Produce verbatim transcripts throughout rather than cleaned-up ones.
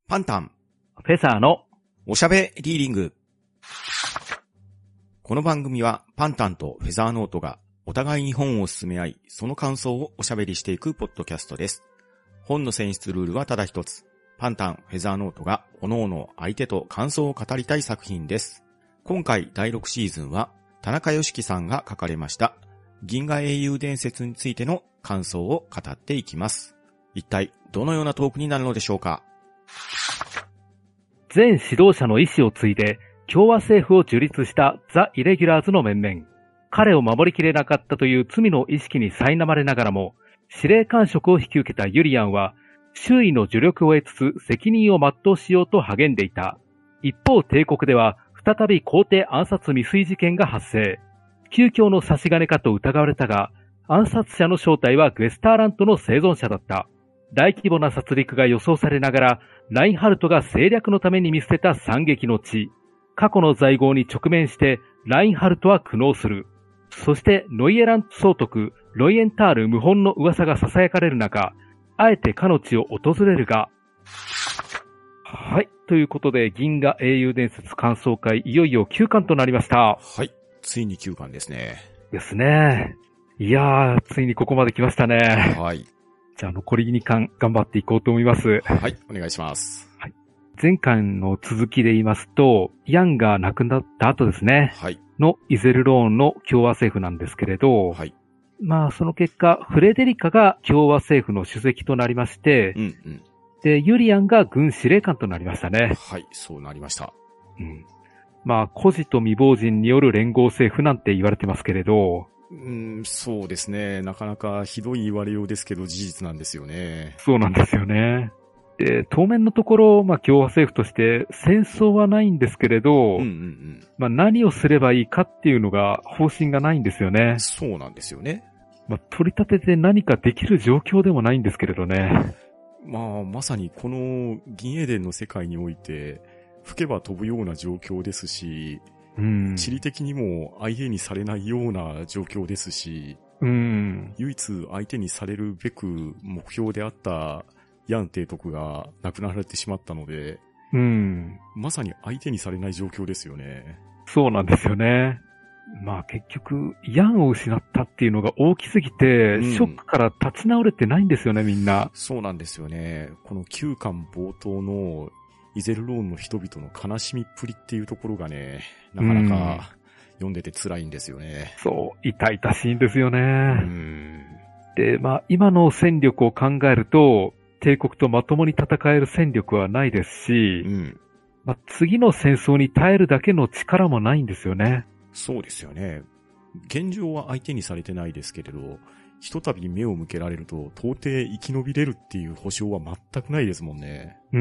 パンタン、 フェザーのおしゃべリーディング。この番組はパンタンとフェザーノートがお互いに本を進め合い、その感想をおしゃべりしていくポッドキャストです。本の選出ルールはただ一つ。パンタン、フェザーノートが各々相手と感想を語りたい作品です。今回だいろくシーズンは田中良樹さんが書かれました銀河英雄伝説についての感想を語っていきます。一体どのようなトークになるのでしょうか。 全指導者の意思を継いで共和政府を樹立したザ・イレギュラーズの面々。彼を守りきれなかったという罪の意識に苛まれながらも、司令官職を引き受けたユリアンは、周囲の助力を得つつ責任を全うしようと励んでいた。一方帝国では、再び皇帝暗殺未遂事件が発生。旧教の差し金かと疑われたが、暗殺者の正体はグエスターラントの生存者だった。大規模な殺戮が予想されながら、ラインハルトが政略のために見捨てた惨劇の地。過去の罪業に直面して、ラインハルトは苦悩する。そしてノイエラント総督、ロイエンタール謀反の噂が囁かれる中、あえてかの地を訪れるが、はい。ということで、銀河英雄伝説感想会、いよいよきゅうかんとなりました。 はい。ついにきゅうかんですね。 ですね。いやー、ついにここまで来ましたね。 はい。 じゃあ残りにかん頑張っていこうと思います。 はい。お願いします。 はい。前回の続きで言いますと、ヤンが亡くなった後ですね。 はい。 のイゼルローンの共和政府なんですけれど、 はい。 まあその結果、フレデリカが共和政府の主席となりまして、 うんうん。 で、ユリアンが軍司令官となりましたね。 はい。そうなりました。 うん。まあ孤児と未亡人による連合政府なんて言われてますけれど、 うーん、そうですね。なかなかひどい言われようですけど事実なんですよね。 そうなんですよね。で、当面のところ、まあ共和政府として戦争はないんですけれど、 うんうんうん。 まあ何をすればいいかっていうのが方針がないんですよね。 そうなんですよね。 まあ取り立てて何かできる状況でもないんですけれどね。 まあ、まさにこの銀英伝の世界において、吹けば飛ぶような状況ですし、 うん、 地理的にも相手にされないような状況ですし、 うん、 唯一相手にされるべく目標であったヤン提督が亡くなられてしまったので、 うん、 まさに相手にされない状況ですよね。 そうなんですよね。まあ結局、ヤンを失ったっていうのが大きすぎて、うん、ショックから立ち直れてないんですよね、みんな。 そうなんですよね。このきゅうかん冒頭のイゼルローンの人々の悲しみっぷりっていうところがね、なかなか読んでて辛いんですよね。 うん、そう、痛々しいんですよね。 うん、 で、まあ今の戦力を考えると、帝国とまともに戦える戦力はないですし、 うん、 まあ、次の戦争に耐えるだけの力もないんですよね。 そうですよね。現状は相手にされてないですけれど、ひとたび目を向けられると到底生き延びれるっていう保証は全くないですもんね。 うん。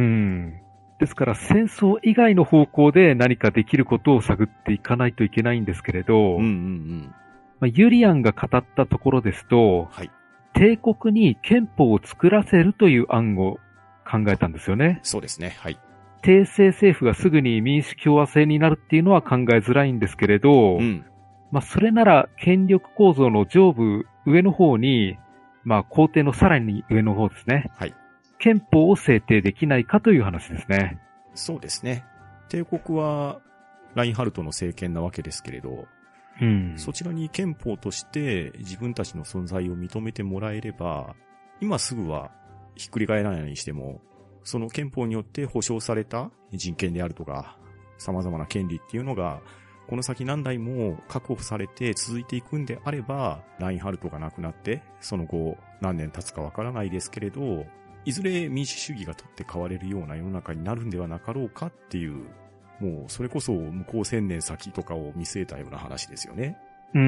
ですから戦争以外の方向で何かできることを探っていかないといけないんですけれど、 うんうんうんまあ、ユリアンが語ったところですと、 はい、 帝国に憲法を作らせるという案を考えたんですよね。 そうですね。はい。 帝政政府がすぐに民主共和制になるっていうのは考えづらいんですけれど、 うん、 まあそれなら権力構造の上部上の方に、まあ皇帝のさらに上の方ですね。 はい。 憲法を制定できないかという話ですね。 そうですね。帝国はラインハルトの政権なわけですけれど、 うん、 そちらに憲法として自分たちの存在を認めてもらえれば、今すぐはひっくり返らないにしても、その憲法によって保障された人権であるとか、様々な権利っていうのが、この先何代も確保されて続いていくんであれば、ラインハルトがなくなって、その後何年経つかわからないですけれど、いずれ民主主義が取って代われるような世の中になるんではなかろうかっていう、もうそれこそ向こう千年先とかを見据えたような話ですよね。 うん、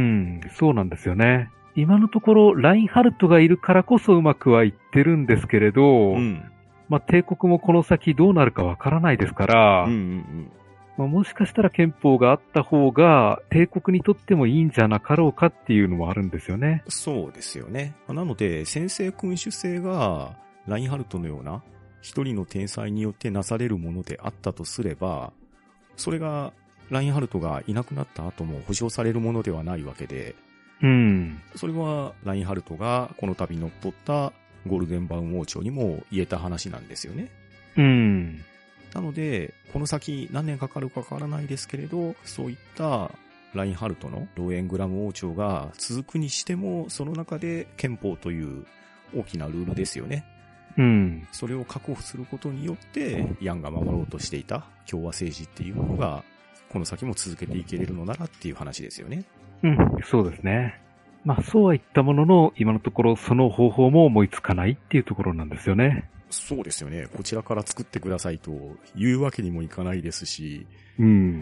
そうなんですよね。今のところラインハルトがいるからこそうまくはいってるんですけれど、 うん、 まあ帝国もこの先どうなるかわからないですから、 うんうんうんまあ、もしかしたら憲法があった方が帝国にとってもいいんじゃなかろうかっていうのもあるんですよね。 そうですよね。なので専制君主制がラインハルトのような一人の天才によってなされるものであったとすれば、それがラインハルトがいなくなった後も保証されるものではないわけで、 うん。 それはラインハルトがこの度乗っ取ったゴールデンバウン王朝にも言えた話なんですよね。 うん。 なので、この先何年かかるかわからないですけれど、そういったラインハルトのローエングラム王朝が続くにしても、その中で憲法という大きなルールですよね。 うん。 それを確保することによって、ヤンが守ろうとしていた共和政治っていうものが、この先も続けていけれるのならっていう話ですよね。 うん、そうですね。まあそうは言ったものの、今のところその方法も思いつかないっていうところなんですよね。 そうですよね。こちらから作ってくださいと言うわけにもいかないですし、 うん。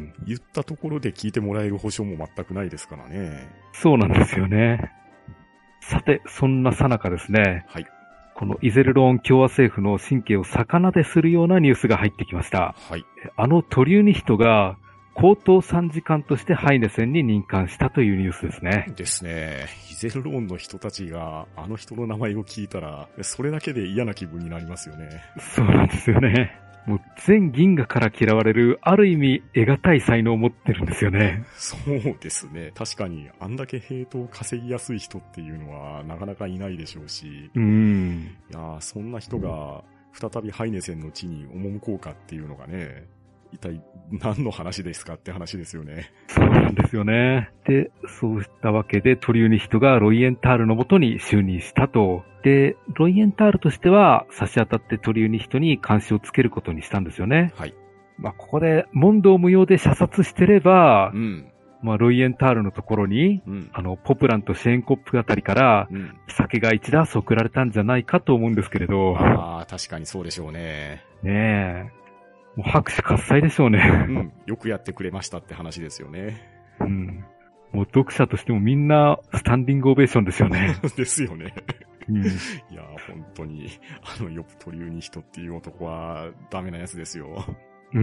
言ったところで聞いてもらえる保証も全くないですからね。 そうなんですよね。さて、そんな最中ですね。 はい。 このイゼルローン共和政府の神経を逆なでするようなニュースが入ってきました。 はい。 あのトリューニヒトが高等参事官としてハイネセンに任官したというニュースですね。 ですね。イゼルローンの人たちがあの人の名前を聞いたら、それだけで嫌な気分になりますよね。 そうなんですよね。もう全銀河から嫌われる、ある意味得難い才能を持ってるんですよね。 そうですね。確かに、あんだけヘイトを稼ぎやすい人っていうのはなかなかいないでしょうし。 うーん。 いやー、そんな人が再びハイネセンの地に赴こうかっていうのがね、一体何の話ですかって話ですよね。 そうなんですよね。で、そうしたわけでトリューニヒトがロイエンタールのもとに就任したと。で、ロイエンタールとしては差し当たってトリューニヒトに監視をつけることにしたんですよね。 はい。 まあ、ここで問答無用で射殺してれば、 うん。 まあ、ロイエンタールのところに、 うん、 あの、ポプランとシェーンコップあたりから、 うん、 酒が一打送られたんじゃないかと思うんですけれど。 ああ、確かにそうでしょうね。 ねえ。もう拍手喝采でしょうね。 うん。よくやってくれましたって話ですよね。 うん。もう読者としてもみんなスタンディングオベーションですよね。 ですよね。 うん、いや、本当に、あの、よくトリューニヒトっていう男はダメなやつですよ。 うん。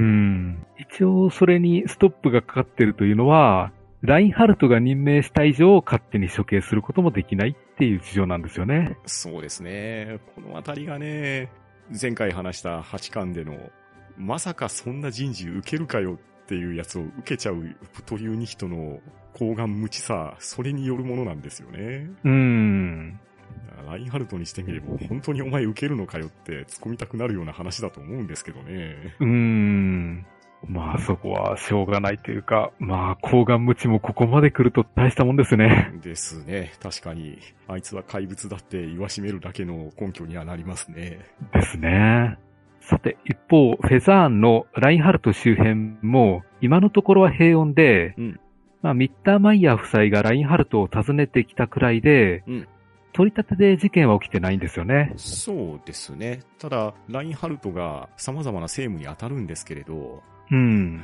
一応それにストップがかかってるというのは、ラインハルトが任命した以上勝手に処刑することもできないっていう事情なんですよね。 そうですね。このあたりがね、前回話したはちかんでの、まさかそんな人事受けるかよっていうやつを受けちゃうトリューニヒトの厚顔無知さ、それによるものなんですよね。 うーん。 ラインハルトにしてみれば本当にお前受けるのかよって突っ込みたくなるような話だと思うんですけどね。 うーん。まあそこはしょうがないというか、まあ厚顔無知もここまで来ると大したもんですね。 ですね。確かに、あいつは怪物だって言わしめるだけの根拠にはなりますね。 ですね。さて、一方、フェザーンのラインハルト周辺も、今のところは平穏で、 うん、 まあ、ミッターマイヤー夫妻がラインハルトを訪ねてきたくらいで、 うん、 取り立てで事件は起きてないんですよね。 そうですね。ただ、ラインハルトが様々な政務に当たるんですけれど、 うん。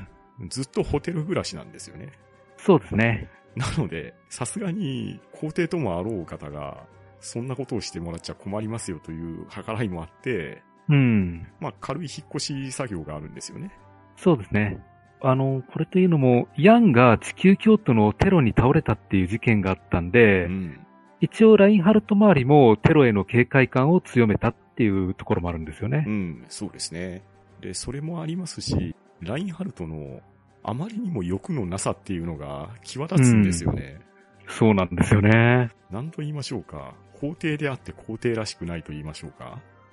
ずっとホテル暮らしなんですよね。 そうですね。 なので、さすがに皇帝ともあろう方が、そんなことをしてもらっちゃ困りますよという計らいもあって、 うん。 まあ、軽い引っ越し作業があるんですよね。 そうですね。あの、これというのも、ヤンが地球京都のテロに倒れたっていう事件があったんで、 うん、 一応ラインハルト周りもテロへの警戒感を強めたっていうところもあるんですよね。 うん、そうですね。で、それもありますし、ラインハルトのあまりにも欲のなさっていうのが際立つんですよね。 うん、そうなんですよね。 何と言いましょうか。皇帝であって皇帝らしくないと言いましょうか。 うん。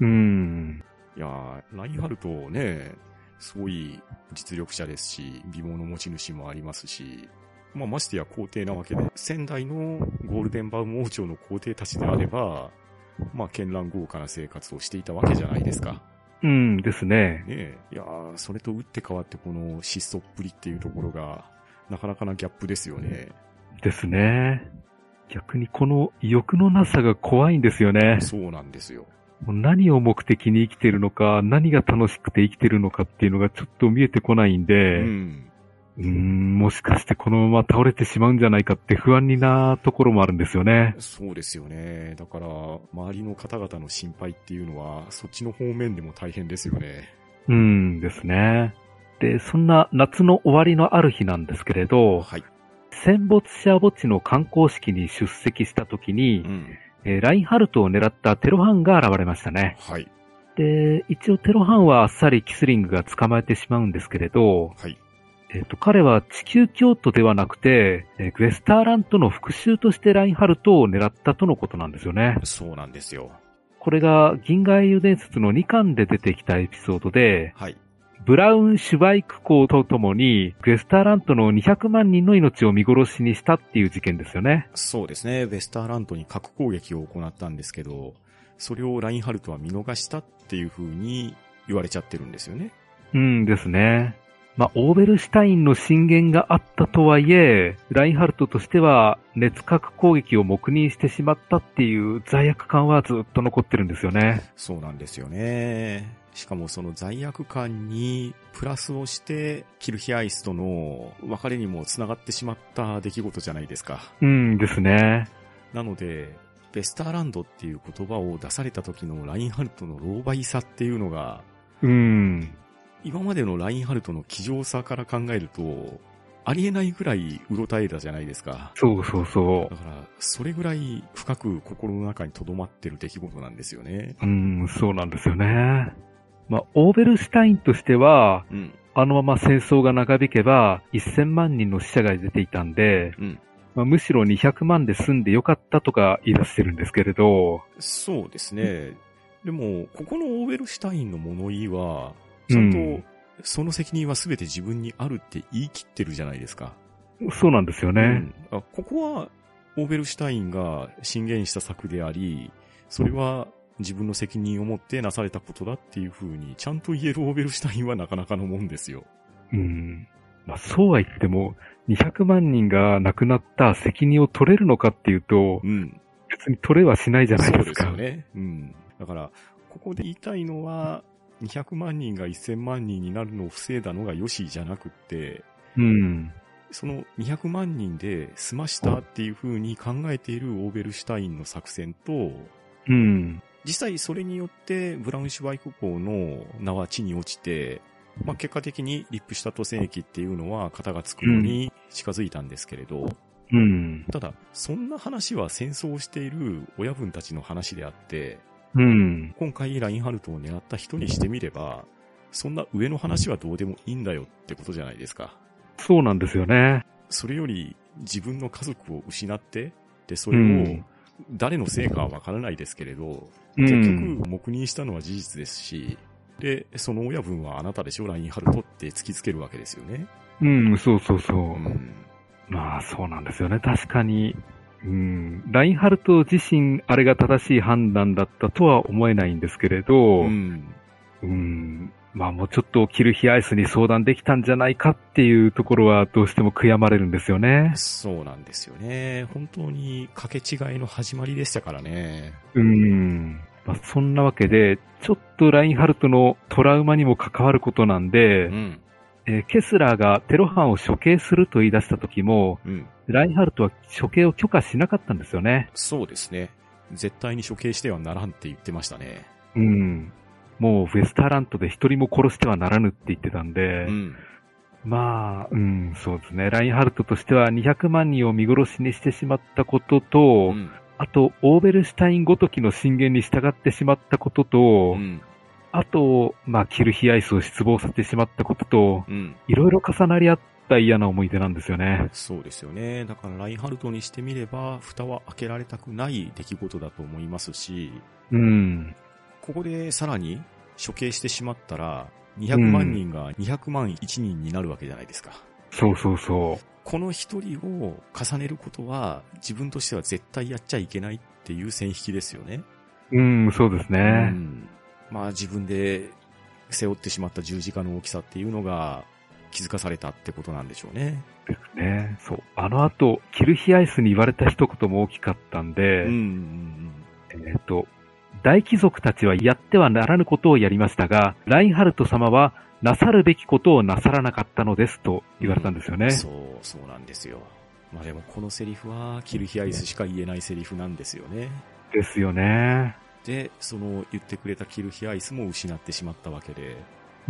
いやー、ラインハルトね、すごい実力者ですし、美貌の持ち主もありますし、まあましてや皇帝なわけで、先代のゴールデンバウム王朝の皇帝たちであれば、まあ絢爛豪華な生活をしていたわけじゃないですか。 うんですね。 ねえ。いやー、それと打って変わってこの質素っぷりっていうところが、なかなかなギャップですよね。 ですね。逆にこの欲のなさが怖いんですよね。 そうなんですよ。 何を目的に生きてるのか、何が楽しくて生きてるのかっていうのがちょっと見えてこないんで、うん、うーんもしかしてこのまま倒れてしまうんじゃないかって不安になところもあるんですよね。 そうですよね。だから、周りの方々の心配っていうのは、そっちの方面でも大変ですよね。 うんですね。で、そんな夏の終わりのある日なんですけれど、 はい。 戦没者墓地の観光式に出席した時に、うんえー、ラインハルトを狙ったテロ犯が現れましたね。 はい。 で、一応テロ犯はあっさりキスリングが捕まえてしまうんですけれど、 はい。 えっと、彼は地球京都ではなくて、えー、ウェスターラントの復讐としてラインハルトを狙ったとのことなんですよね。 そうなんですよ。 これが銀河英雄伝説のにかんで出てきたエピソードで、 はい。 ブラウン・シュバイク公とともに、ベスターラントのにひゃくまんにんの命を見殺しにしたっていう事件ですよね。 そうですね。ベスターラントに核攻撃を行ったんですけど、それをラインハルトは見逃したっていう風に言われちゃってるんですよね。 うんですね。まあ、オーベルシュタインの進言があったとはいえ、ラインハルトとしては熱核攻撃を黙認してしまったっていう罪悪感はずっと残ってるんですよね。 そうなんですよね。しかもその罪悪感にプラスをしてキルヒアイスとの別れにもつながってしまった出来事じゃないですか。 うんですね。 なので、ベスターランドっていう言葉を出された時のラインハルトの狼狽さっていうのが、 うん。 今までのラインハルトの気丈さから考えると、ありえないぐらいうろたえたじゃないですか。 そうそうそう。 だから、それぐらい深く心の中に留まってる出来事なんですよね。 うん、そうなんですよね。まあ、オーベルシュタインとしては、 うん。 あのまま戦争が長引けばせんまんにんの死者が出ていたんで、 うん。 まあ、むしろにひゃくまんで済んでよかったとか言い出してるんですけれど。 そうですね。でも、ここのオーベルシュタインの物言いは、ちゃんと、その責任は全て自分にあるって言い切ってるじゃないですか。 そうなんですよね。 うん、あここは、オーベルシュタインが進言した策であり、それは自分の責任を持ってなされたことだっていう風に、ちゃんと言えるオーベルシュタインはなかなかのもんですよ。 うん。まあ、そうは言っても、にひゃくまんにんが亡くなった責任を取れるのかっていうと、 うん。 別に取れはしないじゃないですか。 そうですよね。うん。だから、ここで言いたいのは、にひゃくまんにんがせんまんにんになるのを防いだのが良しじゃなくって、 うん。 そのにひゃくまんにんで済ましたっていう風に考えているオーベルシュタインの作戦と、 うん。 実際それによってブラウンシュバイク公の名は地に落ちて、まあ、結果的にリップシュタット戦役っていうのは型がつくのに近づいたんですけれど、 うん。 ただ、そんな話は戦争をしている親分たちの話であって、 うん。 今回ラインハルトを狙った人にしてみれば、そんな上の話はどうでもいいんだよってことじゃないですか。 そうなんですよね。 それより自分の家族を失って、で、それを誰のせいかはわからないですけれど、 うん、 結局黙認したのは事実ですし、で、その親分はあなたでしょ、ラインハルトって突きつけるわけですよね。 うん、そうそうそう。 うん、 まあ、そうなんですよね。確かに。うん、ラインハルト自身、あれが正しい判断だったとは思えないんですけれど、 うん、 うん、まあもうちょっとキルヒアイスに相談できたんじゃないかっていうところはどうしても悔やまれるんですよね。 そうなんですよね。本当に掛け違いの始まりでしたからね。 うん。まあ、そんなわけで、ちょっとラインハルトのトラウマにも関わることなんで、 うんえー、ケスラーがテロ犯を処刑すると言い出した時も、 うん、 ラインハルトは処刑を許可しなかったんですよね。 そうですね。絶対に処刑してはならんって言ってましたね。 うん。もうウェスターラントで一人も殺してはならぬって言ってたんで、 うん、 まあ、うん、そうですね。ラインハルトとしてはにひゃくまんにんを見殺しにしてしまったことと、 うん、 あと、オーベルシュタインごときの進言に従ってしまったことと、 うん、 あと、まあ、キルヒアイスを失望させてしまったことと、 うん、 いろいろ重なり合った嫌な思い出なんですよね。 そうですよね。だからラインハルトにしてみれば、蓋は開けられたくない出来事だと思いますし、 うん。 ここでさらに処刑してしまったら、にひゃくまんにんがにひゃくまんいちにんになるわけじゃないですか。 そうそうそう。 この一人を重ねることは、自分としては絶対やっちゃいけないっていう線引きですよね。 うん、そうですね。 うん、まあ自分で背負ってしまった十字架の大きさっていうのが気づかされたってことなんでしょうね。 ですね。そう。あの後、キルヒアイスに言われた一言も大きかったんで、 うんうんうん、えっと、大貴族たちはやってはならぬことをやりましたが、ラインハルト様はなさるべきことをなさらなかったのですと言われたんですよね。 うん、そう、そうなんですよ。まあでもこのセリフはキルヒアイスしか言えないセリフなんですよね。 ですよね。 で、その言ってくれたキルヒアイスも失ってしまったわけで。 うん。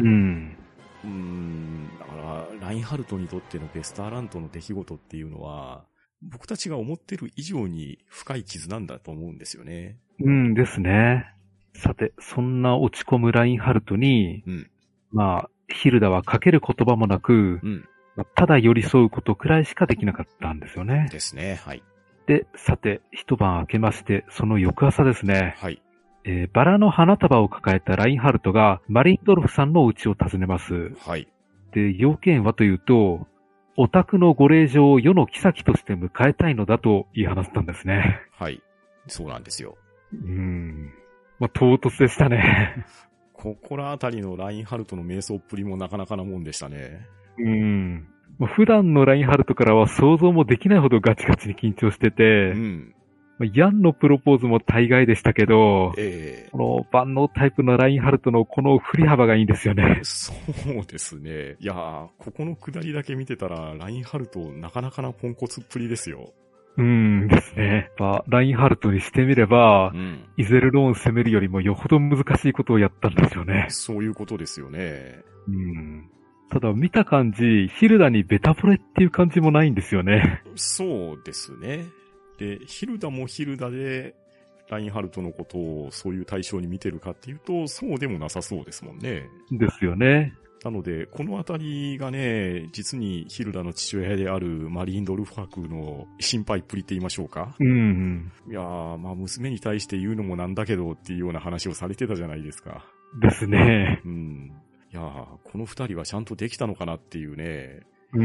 うーん、だからラインハルトにとってのベスターラントの出来事っていうのは、僕たちが思ってる以上に深い傷なんだと思うんですよね。 うんですね。さて、そんな落ち込むラインハルトに、うん、まあ、ヒルダはかける言葉もなく、うん、ただ寄り添うことくらいしかできなかったんですよね。 ですね、はい。 で、さて、一晩明けまして、その翌朝ですね。 はい。 えーバラの花束を抱えたラインハルトがマリンドルフさんのお家を訪ねます。 はい。 で、要件はというと、お宅のご令嬢を世の妃として迎えたいのだと言い放ったんですね。 はい。そうなんですよ。 うーん。まあ、唐突でしたね。 ここらあたりのラインハルトの瞑想っぷりもなかなかなもんでしたね。 うーん。まあ、普段のラインハルトからは想像もできないほどガチガチに緊張してて、 うん。 まあ、ヤンのプロポーズも大概でしたけど、 ええこの万能タイプのラインハルトのこの振り幅がいいんですよね。 そうですね。いやー、ここの下りだけ見てたら、ラインハルトなかなかなポンコツっぷりですよ。 うーんですね。まあ、ラインハルトにしてみれば、 うん。 イゼルローン攻めるよりもよほど難しいことをやったんですよね。 そういうことですよね。 うん。ただ見た感じ、ヒルダにベタ惚れっていう感じもないんですよね。 そうですね。で、ヒルダもヒルダで、ラインハルトのことをそういう対象に見てるかっていうと、そうでもなさそうですもんね。 ですよね。 なので、このあたりがね、実にヒルダの父親であるマリンドルファクの心配っぷりって言いましょうか。 うん。 いやー、まあ娘に対して言うのもなんだけどっていうような話をされてたじゃないですか。 ですね。 うん。いやー、この二人はちゃんとできたのかなっていうね。 うん。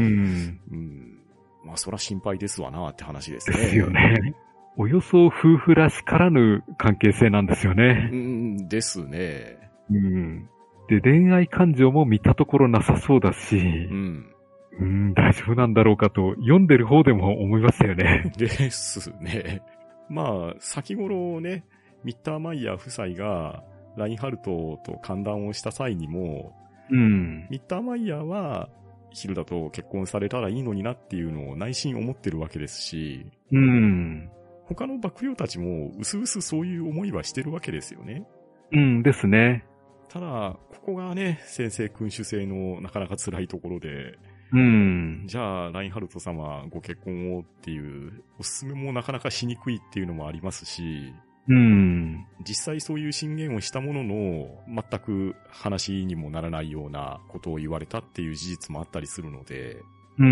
うん。まあそら心配ですわなって話ですね。 ですよね。およそ夫婦らしからぬ関係性なんですよね。 うんですね。 うん。で、恋愛感情も見たところなさそうだし、 うん。 うん、大丈夫なんだろうかと、読んでる方でも思いましたよね。 ですね。まあ、先頃ね、ミッターマイヤー夫妻がラインハルトと歓談をした際にも、 うん。 ミッターマイヤーはヒルダと結婚されたらいいのになっていうのを内心思ってるわけですし、 うん。 他の幕僚たちも薄々そういう思いはしてるわけですよね。 うんですね。 ただ、ここがね、先制君主制のなかなか辛いところで、 うん。 じゃあ、ラインハルト様ご結婚をっていう、おすすめもなかなかしにくいっていうのもありますし、 うん。 実際そういう進言をしたものの、全く話にもならないようなことを言われたっていう事実もあったりするので、 うん。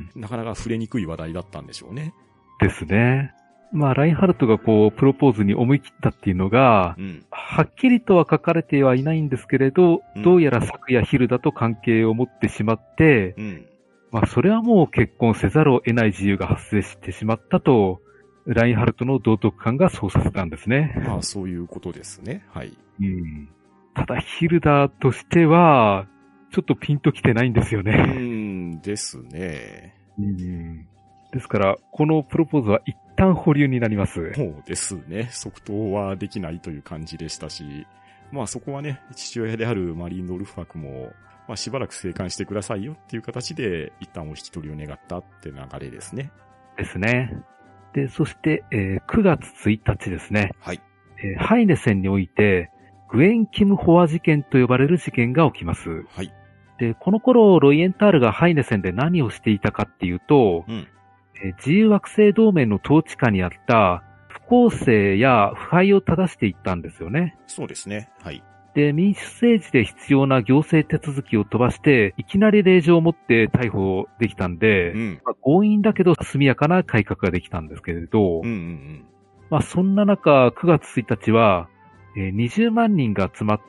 なかなか触れにくい話題だったんでしょうね。 ですね。まあ、ラインハルトがこう、プロポーズに思い切ったっていうのが、 うん。 はっきりとは書かれてはいないんですけれど、 うんどうやら昨夜ヒルダと関係を持ってしまって、 うん。 まあ、それはもう結婚せざるを得ない自由が発生してしまったと、ラインハルトの道徳感がそうさせたんですね。 まあ、そういうことですね。はい。 うん。ただ、ヒルダとしては、ちょっとピンときてないんですようね。 ーん、ですね。 うん。ですから、このプロポーズは一旦保留になります。 そうですね。即答はできないという感じでしたし、まあそこはね、父親であるマリンドルファクも、まあしばらく生還してくださいよっていう形で、一旦お引き取りを願ったって流れですね。 ですね。で、そして、えーくがつついたちですね。 はい。 えーハイネ線において、グエン・キム・ホア事件と呼ばれる事件が起きます。 はい。 で、この頃、ロイエンタールがハイネ線で何をしていたかっていうと、 うん。 えー自由惑星同盟の統治下にあった不公正や腐敗を正していったんですよね。 そうですね。はい。 で、民主政治で必要な行政手続きを飛ばして、いきなり令状を持って逮捕できたんで、 うん。 まあ、強引だけど速やかな改革ができたんですけれど、 うんうんうん。 まあ、そんな中、くがつついたちは、えーにじゅうまんにんが集まって、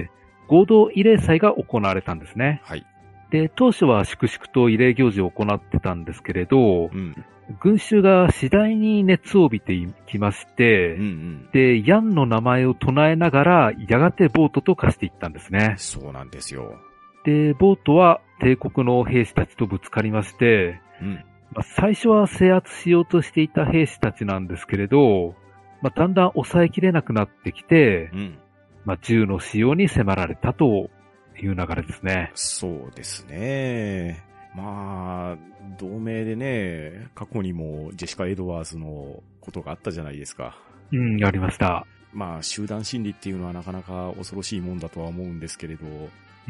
合同慰霊祭が行われたんですね。 はい。 で、当初は粛々と慰霊行事を行ってたんですけれど、 うん。 群衆が次第に熱を帯びていきまして、 うんうん。 で、ヤンの名前を唱えながら、やがてボートと化していったんですね。 そうなんですよ。 で、ボートは帝国の兵士たちとぶつかりまして、 うん。 まあ、最初は制圧しようとしていた兵士たちなんですけれど、まあ、だんだん抑えきれなくなってきて、 うん。 まあ、銃の使用に迫られたという流れですね。 そうですね。まあ、同盟でね、過去にもジェシカ・エドワーズのことがあったじゃないですか。 うん、ありました。 まあ、集団心理っていうのはなかなか恐ろしいもんだとは思うんですけれど、 うん。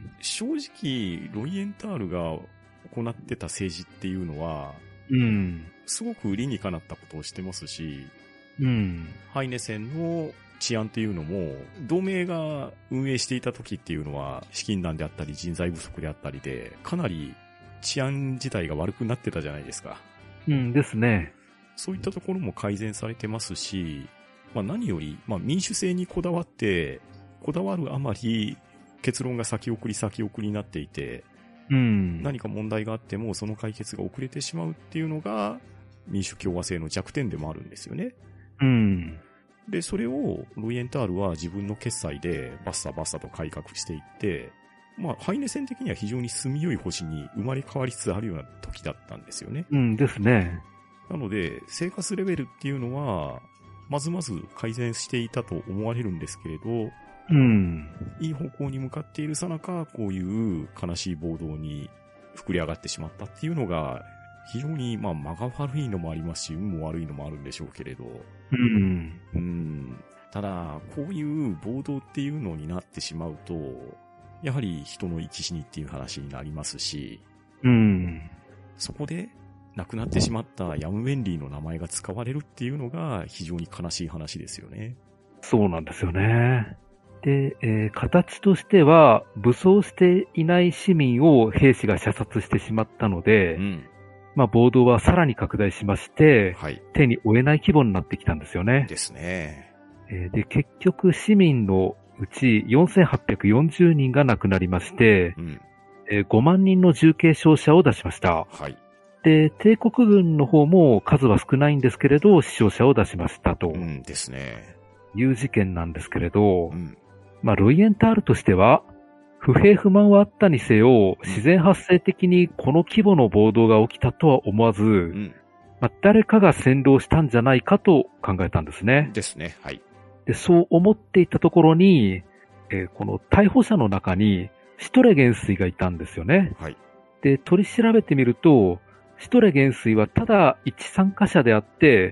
正直、ロイエンタールが行ってた政治っていうのは、 うん。 すごく理にかなったことをしてますし、 うん。 ハイネ線の治安っていうのも、同盟が運営していた時っていうのは、資金難であったり人材不足であったりで、かなり治安自体が悪くなってたじゃないですか。 うんですね。 そういったところも改善されてますし、 まあ何より、まあ民主制にこだわって、こだわるあまり結論が先送り先送りになっていて、 うん。 何か問題があってもその解決が遅れてしまうっていうのが民主共和制の弱点でもあるんですよね。 うん。 で、それをロイエンタールは自分の決裁でバッサバッサと改革していって、まあ、ハイネ戦的には非常に住みよい星に生まれ変わりつつあるような時だったんですよね。 うんですね。 なので、生活レベルっていうのは、まずまず改善していたと思われるんですけれど、 うん。 いい方向に向かっているさなか、こういう悲しい暴動に膨れ上がってしまったっていうのが、非常に、まあ、間が悪いのもありますし、運も悪いのもあるんでしょうけれど。 うん。 うん。ただ、こういう暴動っていうのになってしまうと、やはり人の生き死にっていう話になりますし、 うん。 そこで亡くなってしまったヤム・ウェンリーの名前が使われるっていうのが非常に悲しい話ですよね。 そうなんですよね。で、えー形としては、武装していない市民を兵士が射殺してしまったので、 うん。 まあ、暴動はさらに拡大しまして、 はい。 手に負えない規模になってきたんですよね。 ですね。 えーで、結局市民のうちよんせんはっぴゃくよんじゅうにんが亡くなりまして、 うん。 えーごまんにんの重軽傷者を出しました。 はい。 で、帝国軍の方も数は少ないんですけれど、死傷者を出しましたとうんですね。 いう事件なんですけれど、 うん。 まあ、ロイエンタールとしては、不平不満はあったにせよ、自然発生的にこの規模の暴動が起きたとは思わず、 うん。 まあ、誰かが扇動したんじゃないかと考えたんですね。 ですね。はい。 で、そう思っていたところに、えーこの逮捕者の中にシュトレ元帥がいたんですよね。 はい。 で、取り調べてみると、シュトレ元帥はただ一参加者であって、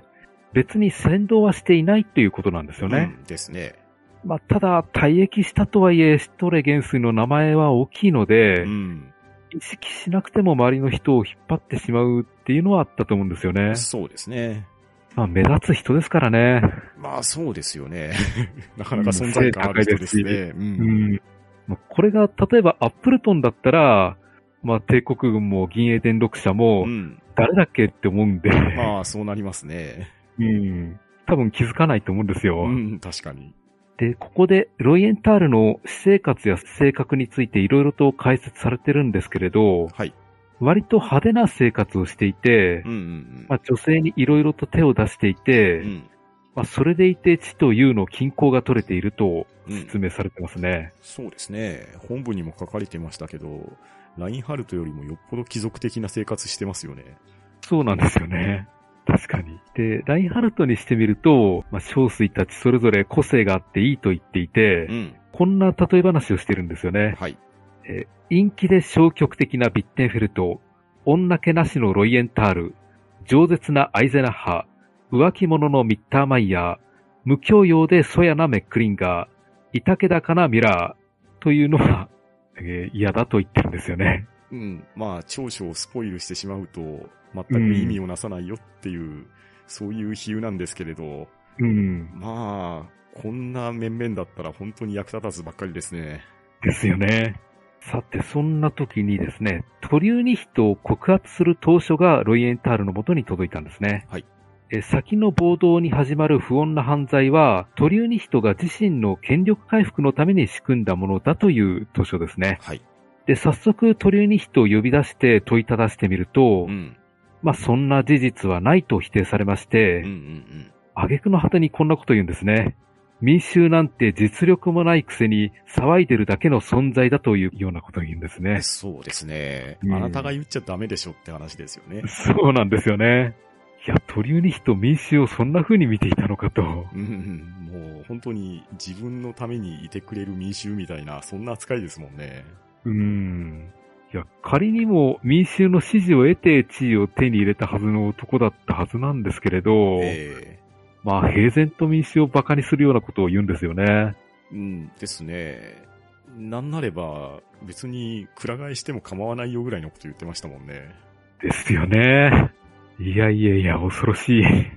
別に扇動はしていないということなんですよね。 うんですね。 まあ、ただ、退役したとはいえ、シュトレ元帥の名前は大きいので、 うん。 意識しなくても周りの人を引っ張ってしまうっていうのはあったと思うんですよね。 そうですね。 まあ、目立つ人ですからね。 まあそうですよね。なかなか存在感ある人ですね。う。 うんん。まあこれが、例えばアップルトンだったら、まあ、帝国軍も銀英電力社もう、ん。 誰だっけって思うんで、 まあそうなりますね。 うん。多分気づかないと思うんですよ。 うん、確かに。 で、ここでロイエンタールの私生活や性格についていろいろと解説されてるんですけれど、 はい。 割と派手な生活をしていてうん、うんうん。 まあ、女性にいろいろと手を出していて、 うん。 まあ、それでいて地というの均衡が取れているとうん説明されてますね。 そうですね。本部にも書かれてましたけど、ラインハルトよりもよっぽど貴族的な生活してますよね。 そうなんですよね。確かに。で、ラインハルトにしてみると、まあ、小水たちそれぞれ個性があっていいと言っていて、 うん。 こんな例え話をしてるんですよね。 はい。 えー陰気で消極的なビッテンフェルト、女気なしのロイエンタール、饒舌なアイゼナッハ、浮気者のミッターマイヤー、無教養でそやなメックリンガー、いたけだかなミラーというのは、えー嫌だと言ってるんですよね。 うん。まあ、長所をスポイルしてしまうと、全く意味をなさないよっていう、そういう比喩なんですけれど、 うん。 まあ、こんな面々だったら本当に役立たずばっかりですね。 ですよね。さて、そんな時にですね、トリューニヒトを告発する当初がロイエンタールのもとに届いたんですね。 はい。 え先の暴動に始まる不穏な犯罪は、トリューニヒトが自身の権力回復のために仕組んだものだという図書ですね。 はい。 で、早速トリューニヒトを呼び出して問いただしてみると、 うん。 まあそんな事実はないと否定されましてうんうんう、ん。 挙句の果てにこんなこと言うんですね。民衆なんて実力もないくせに騒いでるだけの存在だというようなことを言うんですね。 そうですね。 うんあなたが言っちゃダメでしょって話ですよね。 そうなんですよね。いや、トリューニヒト民衆をそんな風に見ていたのかと。 うんうん、もう本当に自分のためにいてくれる民衆みたいな、そんな扱いですもんね。 うーん。いや、仮にも民衆の支持を得て地位を手に入れたはずの男だったはずなんですけれど、 えまあ平然と民衆を馬鹿にするようなことを言うんですよね。 えうんですね。なんなれば別にくら替えしても構わないよぐらいのこと言ってましたもんね。 ですよね。いやいやいや、恐ろしい。 うん、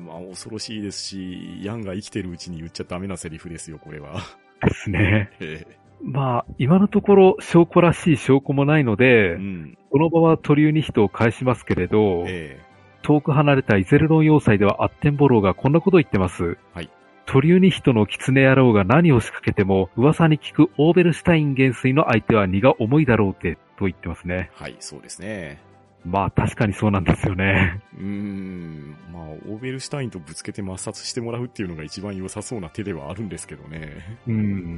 まあ恐ろしいですし、ヤンが生きてるうちに言っちゃダメなセリフですよ、これは。 ですね。 ええまあ、今のところ証拠らしい証拠もないので、 うん、 この場はトリューニヒトを返しますけれど、 え遠く離れたイゼルロン要塞ではアッテンボローがこんなことを言ってます。 はい。 トリューニヒトの狐野郎が何を仕掛けても噂に聞くオーベルシュタイン元帥の相手は荷が重いだろうってと言ってますね。 はい、そうですね。 まあ確かにそうなんですよね。 うーん、まあオーベルシュタインとぶつけて抹殺してもらうっていうのが一番良さそうな手ではあるんですけどね。 うん。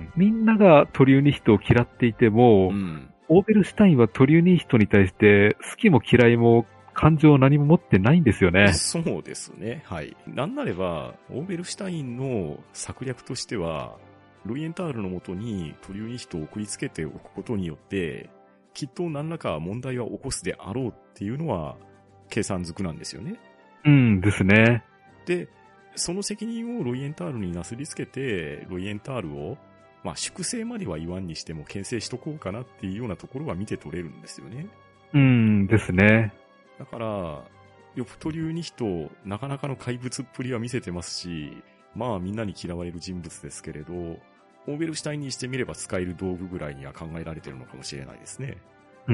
みんながトリューニヒトを嫌っていても、うん、オーベルシュタインはトリューニヒトに対して好きも嫌いも感情を何も持ってないんですよね。 そうですね。はい。なんなれば、オーベルシュタインの策略としては、ロイエンタールのもとにトリューニヒトを送りつけておくことによって、きっと何らか問題は起こすであろうっていうのは計算づくなんですよね。 うんですね。 で、その責任をロイエンタールになすりつけて、ロイエンタールを、まあ粛清までは言わんにしても牽制しとこうかなっていうようなところは見て取れるんですよね。 うんですね。 だから、ヨプトリューニヒト、なかなかの怪物っぷりは見せてますし、まあみんなに嫌われる人物ですけれど、オーベルシュタインにしてみれば使える道具ぐらいには考えられてるのかもしれないですね。 うん。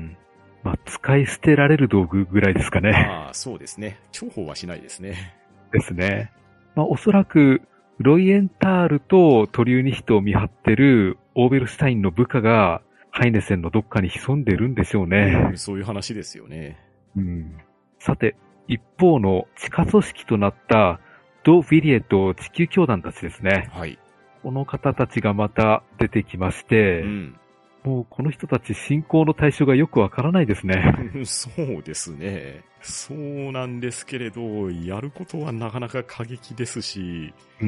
まあ使い捨てられる道具ぐらいですかね。 ああ、そうですね。重宝はしないですね。 ですね。まあおそらく、ロイエンタールとトリューニヒトを見張ってるオーベルシュタインの部下が、ハイネセンのどっかに潜んでるんでしょうね。 うん、そういう話ですよね。 うん、さて、一方の地下組織となったド・ヴィリエと地球教団たちですね。 はい。 この方たちがまた出てきまして、うん、もうこの人たち信仰の対象がよくわからないですね。 そうですね。そうなんですけれど、やることはなかなか過激ですし、うん、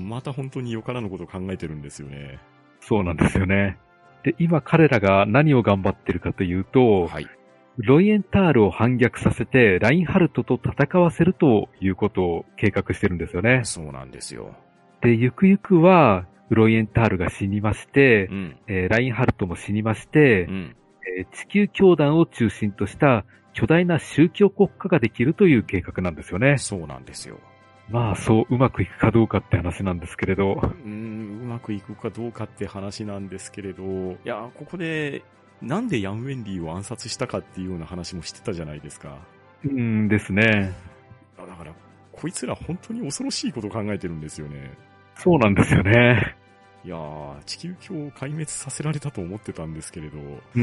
また本当によからぬことを考えてるんですよね。 そうなんですよね。で、今彼らが何を頑張ってるかというと、はい、ロイエンタールを反逆させてラインハルトと戦わせるということを計画してるんですよね。 そうなんですよ。 で、ゆくゆくはロイエンタールが死にまして、うんえー、ラインハルトも死にまして、うんえー、地球教団を中心とした巨大な宗教国家ができるという計画なんですよね。 そうなんですよ。 まあ、そううまくいくかどうかって話なんですけれど。うーん、うまくいくかどうかって話なんですけれど、いや、ここで、なんでヤン・ウェンディを暗殺したかっていうような話もしてたじゃないですか。 うーんですね。 だから、こいつら本当に恐ろしいことを考えてるんですよね。 そうなんですよね。 いやー、地球卿を壊滅させられたと思ってたんですけれど、 うん。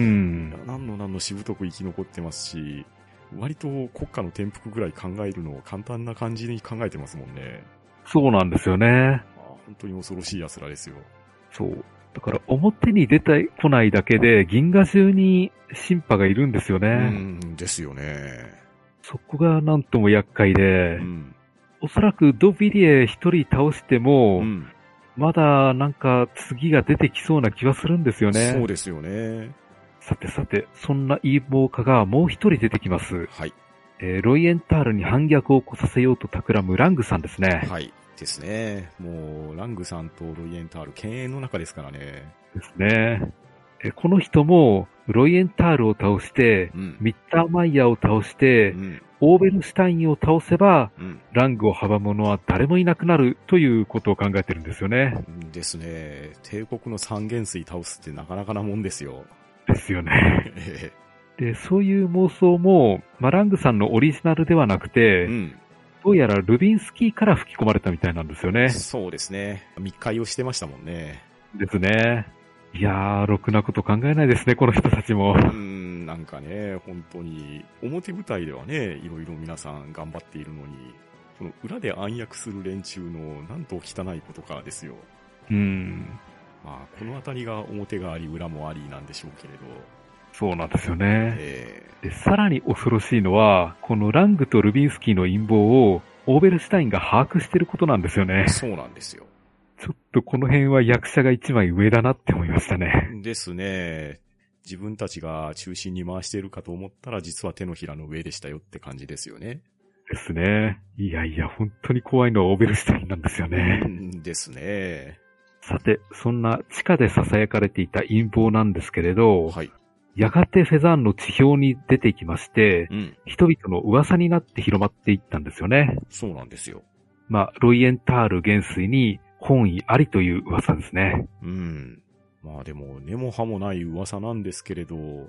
何の何のしぶとく生き残ってますし、割と国家の転覆ぐらい考えるのを簡単な感じに考えてますもんね。 そうなんですよね。 あ本当に恐ろしい奴らですよ。 そう。だから表に出てこないだけで銀河中に神派がいるんですよね。 うんですよね。 そこがなんとも厄介で、うん、おそらくド・ヴィリエ一人倒しても、うん、まだなんか次が出てきそうな気はするんですよね。 そうですよね。 さてさて、そんな陰謀家がもう一人出てきます。 はい。 えー、ロイエンタールに反逆を起こさせようと企むラングさんですね。 はい。ですね。もう、ラングさんとロイエンタール、犬猿の中ですからね。 ですね。えこの人も、ロイエンタールを倒して、うん、ミッターマイヤーを倒して、うん、オーベルシュタインを倒せば、うん、ラングを阻む者は誰もいなくなるということを考えてるんですよね。 ですね。帝国の三元帥倒すってなかなかなもんですよ。 ですよね。で、そういう妄想も、まあ、ラングさんのオリジナルではなくて、うん、どうやらルビンスキーから吹き込まれたみたいなんですよね。 そうですね。密会をしてましたもんね。 ですね。いやー、ろくなこと考えないですね、この人たちも。 うーん、なんかね、本当に、表舞台ではね、いろいろ皆さん頑張っているのに、その裏で暗躍する連中のなんと汚いことかですよ。 うーん。 まあ、このあたりが表があり、裏もありなんでしょうけれど。 そうなんですよね。えー、で、さらに恐ろしいのは、このラングとルビンスキーの陰謀を、オーベルシュタインが把握していることなんですよね。 そうなんですよ。 ちょっとこの辺は役者が一枚上だなって思いましたね。 ですね。自分たちが中心に回しているかと思ったら、実は手のひらの上でしたよって感じですよね。 ですね。いやいや、本当に怖いのはオーベルシュタインなんですよね。 ですね。 さて、そんな地下で囁かれていた陰謀なんですけれど、はい、やがてフェザーンの地表に出てきまして、うん、人々の噂になって広まっていったんですよね。 そうなんですよ。 まあ、ロイエンタール元帥に本意ありという噂ですね。 うん。まあでも、根も葉もない噂なんですけれど、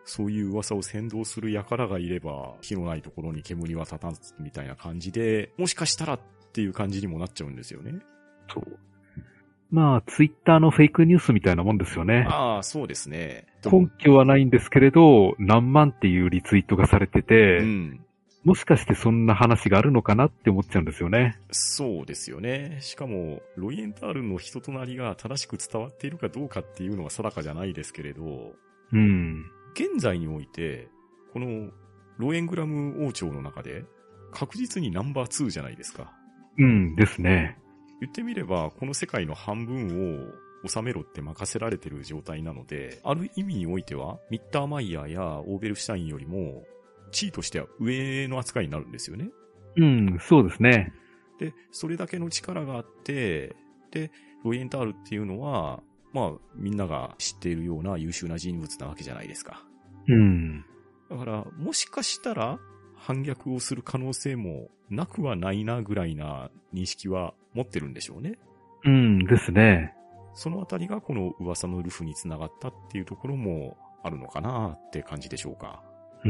そういう噂を扇動する輩がいれば、火のないところに煙は立たずみたいな感じで、もしかしたらっていう感じにもなっちゃうんですよね。 そう。まあ、ツイッターのフェイクニュースみたいなもんですよね。 ああ、そうですね。 根拠はないんですけれど、何万っていうリツイートがされてて、うん、もしかしてそんな話があるのかなって思っちゃうんですよね。 そうですよね。しかも、ロイエンタールの人となりが正しく伝わっているかどうかっていうのは定かじゃないですけれど、 うん。 現在において、このロエングラム王朝の中で確実にナンバーツーじゃないですか。 うんですね。 言ってみれば、この世界の半分を治めろって任せられてる状態なので、ある意味においては、ミッターマイヤーやオーベルシュタインよりも、地位としては上の扱いになるんですよね。 うん、そうですね。 で、それだけの力があって、で、ロイエンタールっていうのは、まあ、みんなが知っているような優秀な人物なわけじゃないですか。 うん。 だから、もしかしたら、反逆をする可能性もなくはないなぐらいな認識は持ってるんでしょうね。 うんですね。 そのあたりがこの噂のルフにつながったっていうところもあるのかなって感じでしょうか。 うん、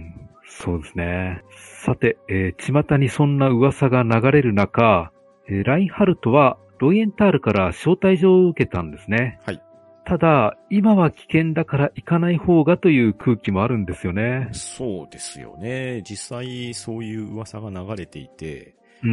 そうですね。さて、えー、巷にそんな噂が流れる中、えー、ラインハルトはロイエンタールから招待状を受けたんですね。 はい。 ただ、今は危険だから行かない方がという空気もあるんですよね。 そうですよね。実際そういう噂が流れていて、 うん、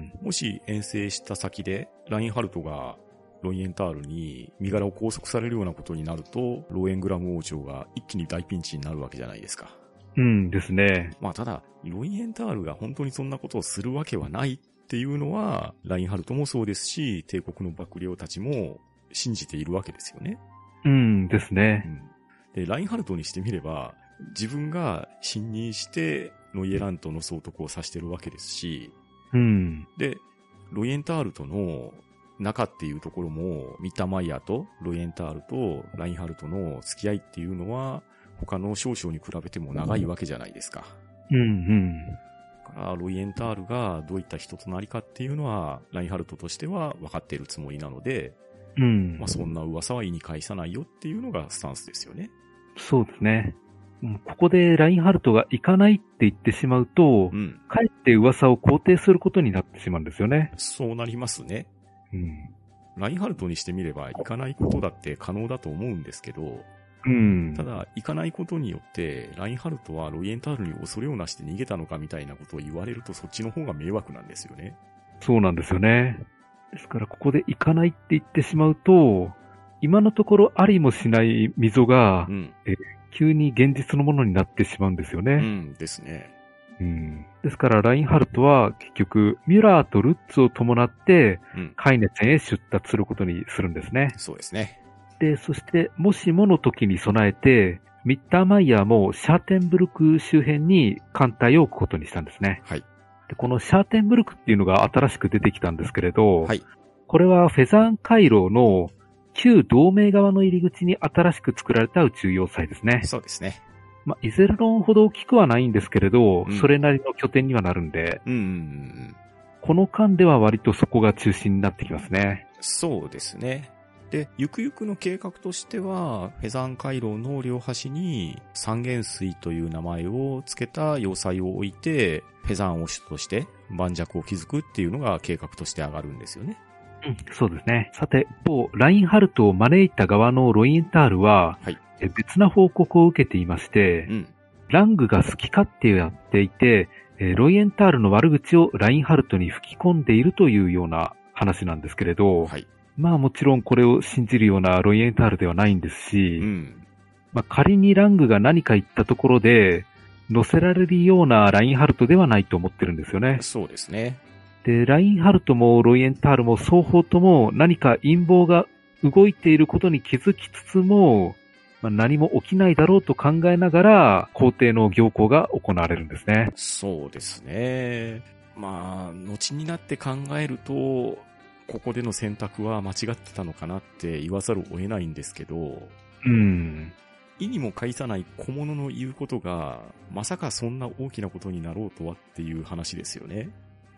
もし遠征した先でラインハルトがロイエンタールに身柄を拘束されるようなことになると、ローエングラム王朝が一気に大ピンチになるわけじゃないですか。 うんですね。 まあただ、ロイエンタールが本当にそんなことをするわけはないっていうのは、ラインハルトもそうですし、帝国の幕僚たちも信じているわけですよね。 うんですね。 うん、で、ラインハルトにしてみれば、自分が信任してノイエラントの総督を指してるわけですし、 うん、 で、ロイエンタールとの仲っていうところも、ミッターマイヤーとロイエンタールとラインハルトの付き合いっていうのは、他の少々に比べても長いわけじゃないですか。 うんうん。 だからロイエンタールがどういった人となりかっていうのは、ラインハルトとしては分かっているつもりなので、 うん。 まあそんな噂は意に介さないよっていうのがスタンスですよね。 そうですね。ここでラインハルトが行かないって言ってしまうと、うん、かえって噂を肯定することになってしまうんですよね。 そうなりますね。 うん。 ラインハルトにしてみれば行かないことだって可能だと思うんですけど、 うん、 ただ、行かないことによって、ラインハルトはロイエンタールに恐れをなして逃げたのかみたいなことを言われると、そっちの方が迷惑なんですよね。 そうなんですよね。ですから、ここで行かないって言ってしまうと、今のところありもしない溝が、うん、え急に現実のものになってしまうんですよね。 うんですね。 うん、ですから、ラインハルトは結局、ミュラーとルッツを伴って、カイネツェンへ出立することにするんですね。 そうですね。 で、そして、もしもの時に備えて、ミッターマイヤーもシャーテンブルク周辺に艦隊を置くことにしたんですね。 はい。 で、このシャーテンブルクっていうのが新しく出てきたんですけれど、 はい。 これはフェザーン回廊の旧同盟側の入り口に新しく作られた宇宙要塞ですね。 そうですね。 まあ、イゼルロンほど大きくはないんですけれど、うん、それなりの拠点にはなるんで、 うんうんうん、 この間では割とそこが中心になってきますね。 そうですね。で、ゆくゆくの計画としては、フェザーン回廊の両端に三元水という名前を付けた要塞を置いて、フェザーンを主として盤石を築くっていうのが計画として上がるんですよね。 うん、そうですね。さて、某ラインハルトを招いた側のロイエンタールは、はい、別な報告を受けていまして、うん、ラングが好き勝手やっていて、ロイエンタールの悪口をラインハルトに吹き込んでいるというような話なんですけれど、はい、まあもちろんこれを信じるようなロイエンタールではないんですし、うん、まあ仮にラングが何か言ったところで、乗せられるようなラインハルトではないと思ってるんですよね。 そうですね。 で、ラインハルトもロイエンタールも双方とも何か陰謀が動いていることに気づきつつも、まあ、何も起きないだろうと考えながら、皇帝の行幸が行われるんですね。 そうですね。まあ、後になって考えると、ここでの選択は間違ってたのかなって言わざるを得ないんですけど、 うん。 意にも介さない小物の言うことが、まさかそんな大きなことになろうとはっていう話ですよね。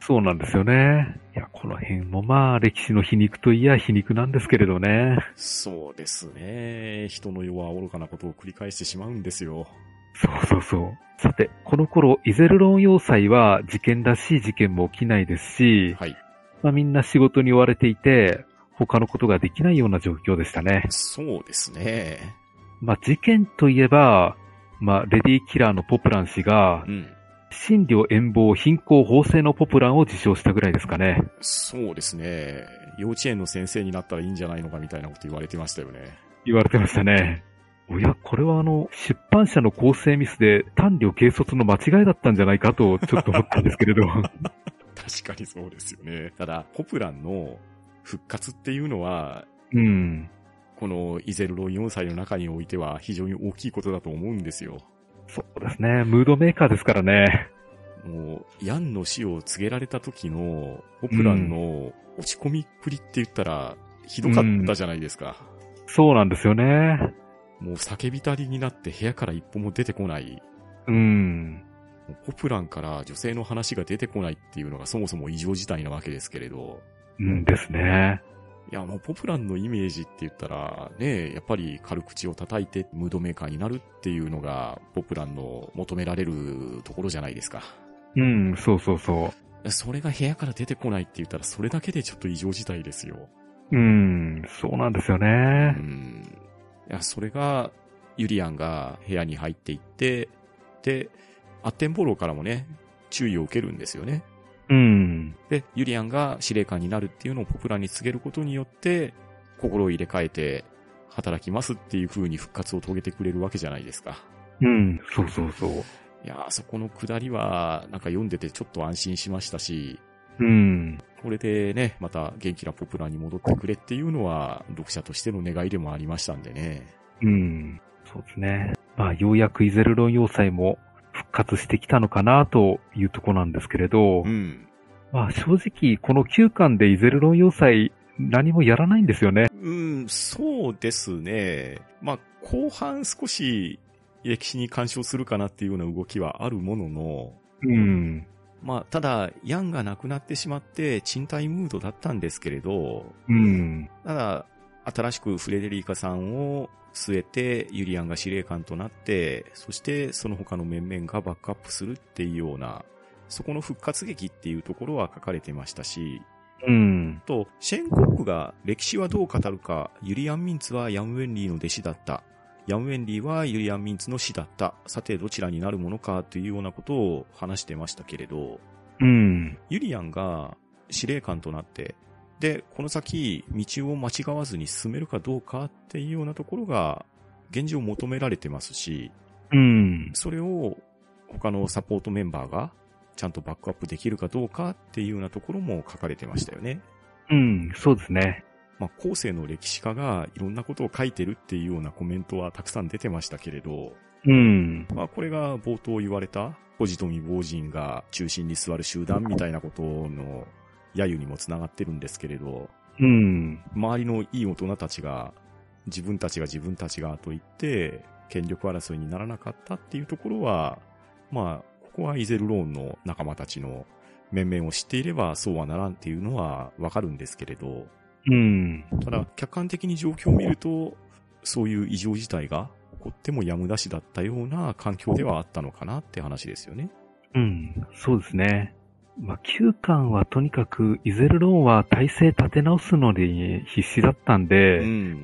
そうなんですよね。いや、この辺もまあ、歴史の皮肉といや皮肉なんですけれどね。 そうですね。人の世は愚かなことを繰り返してしまうんですよ。 そうそうそう。さて、この頃、イゼルロン要塞は事件らしい事件も起きないですし、 はい。 まあ、みんな仕事に追われていて、他のことができないような状況でしたね。 そうですね。 まあ、事件といえば、まあ、レディーキラーのポプラン氏がう、ん。 真理遠望貧困法制のポプランを受賞したぐらいですかね。 そうですね。幼稚園の先生になったらいいんじゃないのかみたいなこと言われてましたよね。 言われてましたね。おや、これはあの、出版社の構成ミスで単慮軽率の間違いだったんじゃないかとちょっと思ったんですけれど。 確かにそうですよね。ただ、ポプランの復活っていうのは、 うん。 このイゼルロンよんさいの中においては非常に大きいことだと思うんですよ。 そうですね。ムードメーカーですからね。 もう、ヤンの死を告げられた時の、ポプランの落ち込みっぷりって言ったら、ひどかったじゃないですか。 うん、そうなんですよね。 もう叫びたりになって部屋から一歩も出てこない。 うん。 ポプランから女性の話が出てこないっていうのがそもそも異常事態なわけですけれど。 うんですね。 いや、もうポプランのイメージって言ったら、ね、やっぱり軽口を叩いてムードメーカーになるっていうのが、ポプランの求められるところじゃないですか。 うん、そうそうそう。 それが部屋から出てこないって言ったら、それだけでちょっと異常事態ですよ。 うん、そうなんですよね。 うん。いや、それが、ユリアンが部屋に入っていって、で、アッテンボローからもね、注意を受けるんですよね。 うん。 で、ユリアンが司令官になるっていうのをポプランに告げることによって、心を入れ替えて働きますっていう風に復活を遂げてくれるわけじゃないですか。 うん、そうそうそう。 いやー、そこの下りは、なんか読んでてちょっと安心しましたし、 うん。 これでね、また元気なポプランに戻ってくれっていうのは、読者としての願いでもありましたんでね。 うん、そうですね。まあ、ようやくイゼルロン要塞も復活してきたのかなというところなんですけれど、 うん。 まあ、正直、このきゅうかんでイゼルロン要塞、何もやらないんですよね。 うん、そうですね。まあ、後半少し歴史に干渉するかなっていうような動きはあるものの、 うん。 まあ、ただ、ヤンが亡くなってしまって賃貸ムードだったんですけれど、 うん。 ただ、新しくフレデリーカさんを据えて、ユリアンが司令官となって、そしてその他の面々がバックアップするっていうような、そこの復活劇っていうところは書かれてましたし、 うん。 と、シェンコックが歴史はどう語るか、ユリアン・ミンツはヤン・ウェンリーの弟子だった。ヤン・ウェンリーはユリアン・ミンツの師だった。さてどちらになるものかというようなことを話してましたけれど、 うん。 ユリアンが司令官となって、で、この先道を間違わずに進めるかどうかっていうようなところが現状求められてますし、 うん。 それを他のサポートメンバーがちゃんとバックアップできるかどうかっていうようなところも書かれてましたよね。 うん、そうですね。 まあ、後世の歴史家がいろんなことを書いてるっていうようなコメントはたくさん出てましたけれど、 うん。 まあ、これが冒頭言われた、ポジトミ盲人が中心に座る集団みたいなことの揶揄にもつながってるんですけれど、 うん。 周りのいい大人たちが、自分たちが自分たちがと言って、権力争いにならなかったっていうところは、まあ、ここはイゼルローンの仲間たちの面々を知っていればそうはならんっていうのはわかるんですけれど、 うん。 ただ、客観的に状況を見ると、そういう異常事態が起こってもやむなしだったような環境ではあったのかなって話ですよね。 うん、そうですね。まあ、きゅうかんはとにかく、イゼルローンは体制立て直すのに必死だったんで、 うん。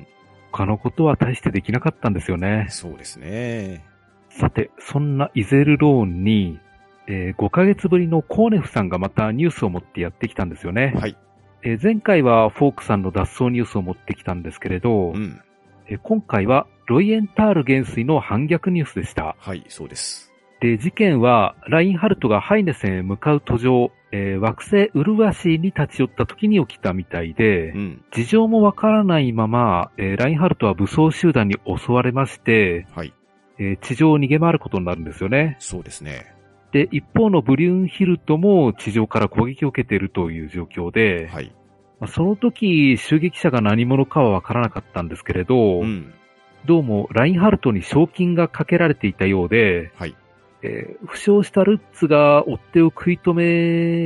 他のことは大してできなかったんですよね。 そうですね。 さて、そんなイゼルローンに、えー、ごかげつぶりのコーネフさんがまたニュースを持ってやってきたんですよね。 はい。 えー、前回はフォークさんの脱走ニュースを持ってきたんですけれど、 うん。 えー、今回はロイエンタール元帥の反逆ニュースでした。 はい、そうです。 で、事件はラインハルトがハイネセンへ向かう途上、えー、惑星ウルワシーに立ち寄った時に起きたみたいで、 うん。 事情もわからないまま、えー、ラインハルトは武装集団に襲われまして、 はい。 えー、地上を逃げ回ることになるんですよね。 そうですね。 で、一方のブリュンヒルトも地上から攻撃を受けているという状況で、 はい。 まあ、その時、襲撃者が何者かはわからなかったんですけれど、 うん。 どうもラインハルトに賞金がかけられていたようで、 はい。 えー負傷したルッツが追っ手を食い止め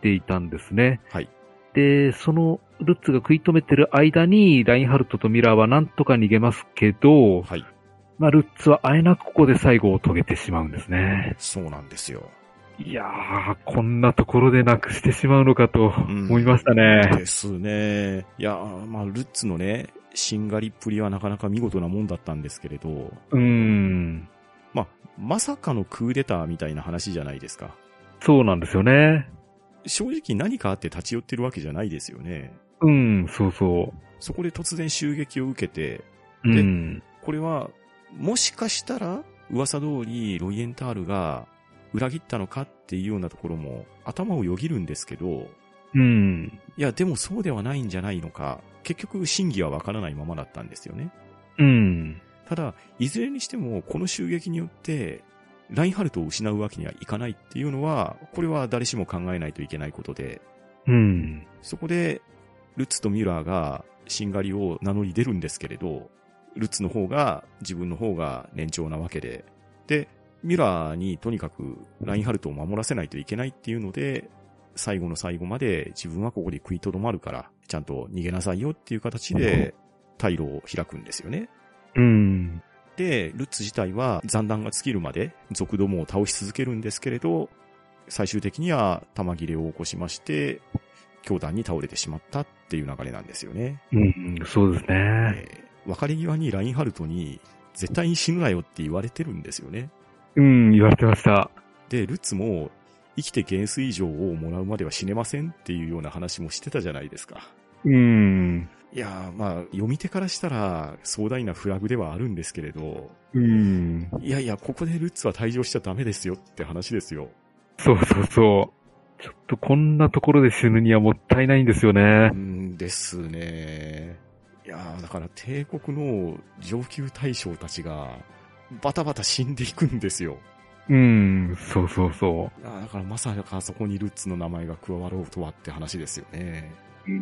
ていたんですね。 はい。 で、そのルッツが食い止めてる間に、ラインハルトとミラーはなんとか逃げますけど、 はい。 まあ、ルッツはあえなくここで最後を遂げてしまうんですね。 そうなんですよ。 いやー、こんなところでなくしてしまうのかと思いましたね。 うん、ですね。いや、まあ、ルッツのね、しんがりっぷりはなかなか見事なもんだったんですけれど。 うーん。 まあ、まさかのクーデターみたいな話じゃないですか。 そうなんですよね。 正直何かあって立ち寄ってるわけじゃないですよね。 うん、そうそう。 そこで突然襲撃を受けて、 うで、 ん。 これは、もしかしたら、噂通りロイエンタールが裏切ったのかっていうようなところも頭をよぎるんですけど、 うん。 いや、でもそうではないんじゃないのか、結局真偽はわからないままだったんですよね。 うん。 ただ、いずれにしても、この襲撃によって、ラインハルトを失うわけにはいかないっていうのは、これは誰しも考えないといけないことで、 うん。 そこで、ルッツとミュラーが、しんがりを名乗り出るんですけれど、ルッツの方が、自分の方が年長なわけで、で、ミュラーにとにかく、ラインハルトを守らせないといけないっていうので、最後の最後まで自分はここで食いとどまるから、ちゃんと逃げなさいよっていう形で、退路を開くんですよね。 うん。 で、ルッツ自体は残弾が尽きるまで族どもを倒し続けるんですけれど、最終的には弾切れを起こしまして、凶弾に倒れてしまったっていう流れなんですよね。 うん、そうですね。 えー、別れ際にラインハルトに絶対に死ぬなよって言われてるんですよね。 うん、言われてました。 で、ルッツも生きて元帥城をもらうまでは死ねませんっていうような話もしてたじゃないですか。 うん。 いやー、まあ、読み手からしたら壮大なフラグではあるんですけれど、 うん。 いやいや、ここでルッツは退場しちゃダメですよって話ですよ。 そうそうそう。ちょっとこんなところで死ぬにはもったいないんですよね。 うんですね。いやー、だから帝国の上級大将たちがバタバタ死んでいくんですよ。 うん、そうそうそあーだからまさかそこにルッツの名前が加わろうとはって話ですよね。 う。うん。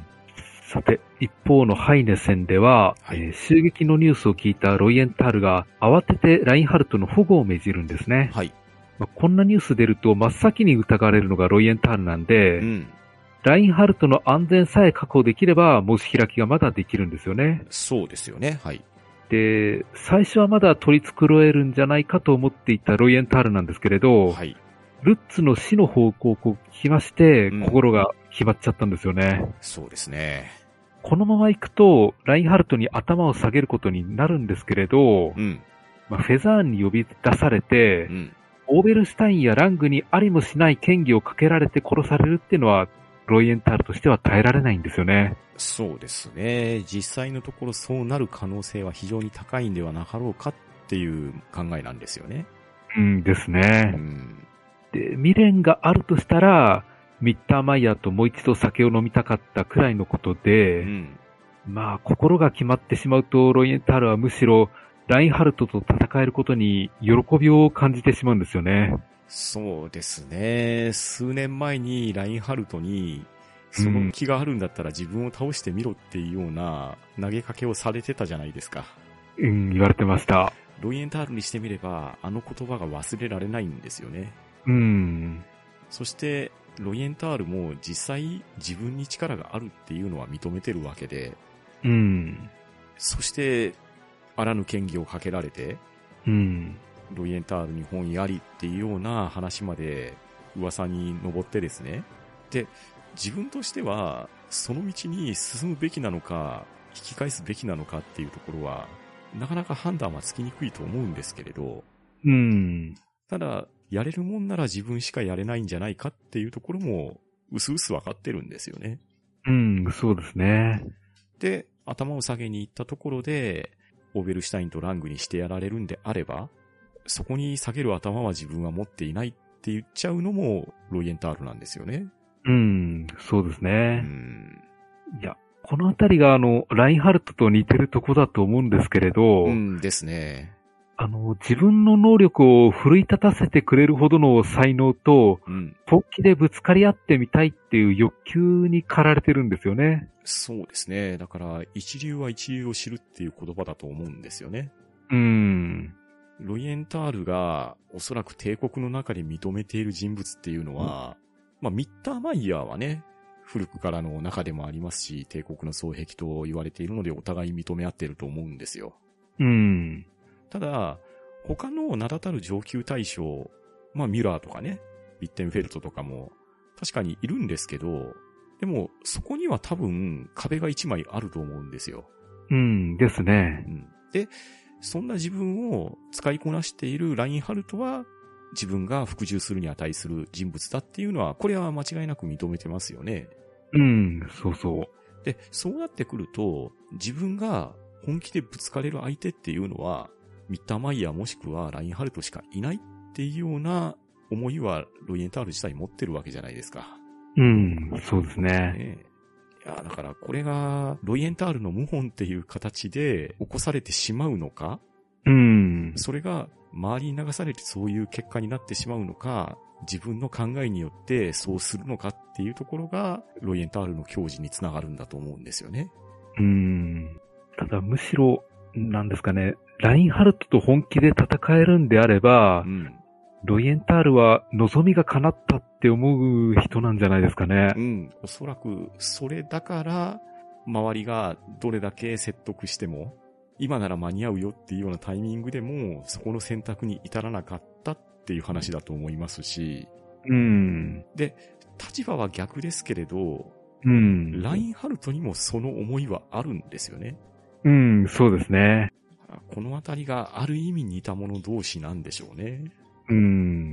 さて、一方のハイネ戦では、 はいえー襲撃のニュースを聞いたロイエンタールが慌ててラインハルトの保護を命じるんですね。 はい。 まあ、こんなニュース出ると真っ先に疑われるのがロイエンタールなんで、 うん。 ラインハルトの安全さえ確保できれば、申し開きがまだできるんですよね。 そうですよね。はい。 で、最初はまだ取り繕えるんじゃないかと思っていたロイエンタールなんですけれど、 はい。 ルッツの死の報告を聞きまして、 うん心が決まっちゃったんですよね。 そうですね。 このまま行くと、ラインハルトに頭を下げることになるんですけれど、 うん。 まあ、フェザーンに呼び出されて、 うん。 オーベルシュタインやラングにありもしない嫌疑をかけられて殺されるっていうのは、ロイエンタールとしては耐えられないんですよね。 そうですね。実際のところそうなる可能性は非常に高いんではなかろうかっていう考えなんですよね。 うんですうね。 ん。 で、未練があるとしたら、ミッターマイヤーともう一度酒を飲みたかったくらいのことで、 うん。 まあ、心が決まってしまうと、ロイエンタールはむしろ、ラインハルトと戦えることに喜びを感じてしまうんですよね。 そうですね。数年前にラインハルトに、その気があるんだったら自分を倒してみろっていうような投げかけをされてたじゃないですか。 うん、言われてました。 ロイエンタールにしてみれば、あの言葉が忘れられないんですよね。 うん。 そして、ロイエンタールも実際自分に力があるっていうのは認めてるわけで、 うん。 そして、あらぬ嫌疑をかけられて、 うん。 ロイエンタールに本意ありっていうような話まで噂に上ってですね。で、自分としては、その道に進むべきなのか、引き返すべきなのかっていうところは、なかなか判断はつきにくいと思うんですけれど、 うん。 ただ、やれるもんなら自分しかやれないんじゃないかっていうところも、うすうすわかってるんですよね。 うん、そうですね。 で、頭を下げに行ったところで、オーベルシュタインとラングにしてやられるんであれば、そこに下げる頭は自分は持っていないって言っちゃうのも、ロイエンタールなんですよね。 うん、そうですうね。 ん。 いや、このあたりがあの、ラインハルトと似てるとこだと思うんですけれど、 うんですね。 あの、自分の能力を奮い立たせてくれるほどの才能と、 うん。 本気でぶつかり合ってみたいっていう欲求に駆られてるんですよね。 そうですね。だから、一流は一流を知るっていう言葉だと思うんですよね。 うん。 ロイエンタールがおそらく帝国の中で認めている人物っていうのは、 まあ、ミッターマイヤーはね、古くからの中でもありますし、帝国の双璧と言われているのでお互い認め合っていると思うんですよ。 うん。 ただ、他の名だたる上級大将、まあミュラーとかね、ビッテンフェルトとかも確かにいるんですけど、でもそこには多分壁が一枚あると思うんですよ。 うんですね。 うん、で、そんな自分を使いこなしているラインハルトは自分が服従するに値する人物だっていうのは、これは間違いなく認めてますよね。 うん、そうそう。 で、そうなってくると、自分が本気でぶつかれる相手っていうのは、ミッターマイヤーもしくはラインハルトしかいないっていうような思いはロイエンタール自体持ってるわけじゃないですか。 うん、そうですね。 ねいや、だからこれがロイエンタールの謀反っていう形で起こされてしまうのか、 うん。 それが周りに流されてそういう結果になってしまうのか、自分の考えによってそうするのかっていうところがロイエンタールの矜持につながるんだと思うんですよね。 うん。ただむしろ、なんですかね、ラインハルトと本気で戦えるんであれば、うん、ロイエンタールは望みが叶ったって思う人なんじゃないですかね。 うん。おそらくそれだから周りがどれだけ説得しても今なら間に合うよっていうようなタイミングでもそこの選択に至らなかったっていう話だと思いますし、 うん。 で、立場は逆ですけれど、 うん。 ラインハルトにもその思いはあるんですよね。 うん、そうですね。 このあたりがある意味似た者同士なんでしょうね。 うん。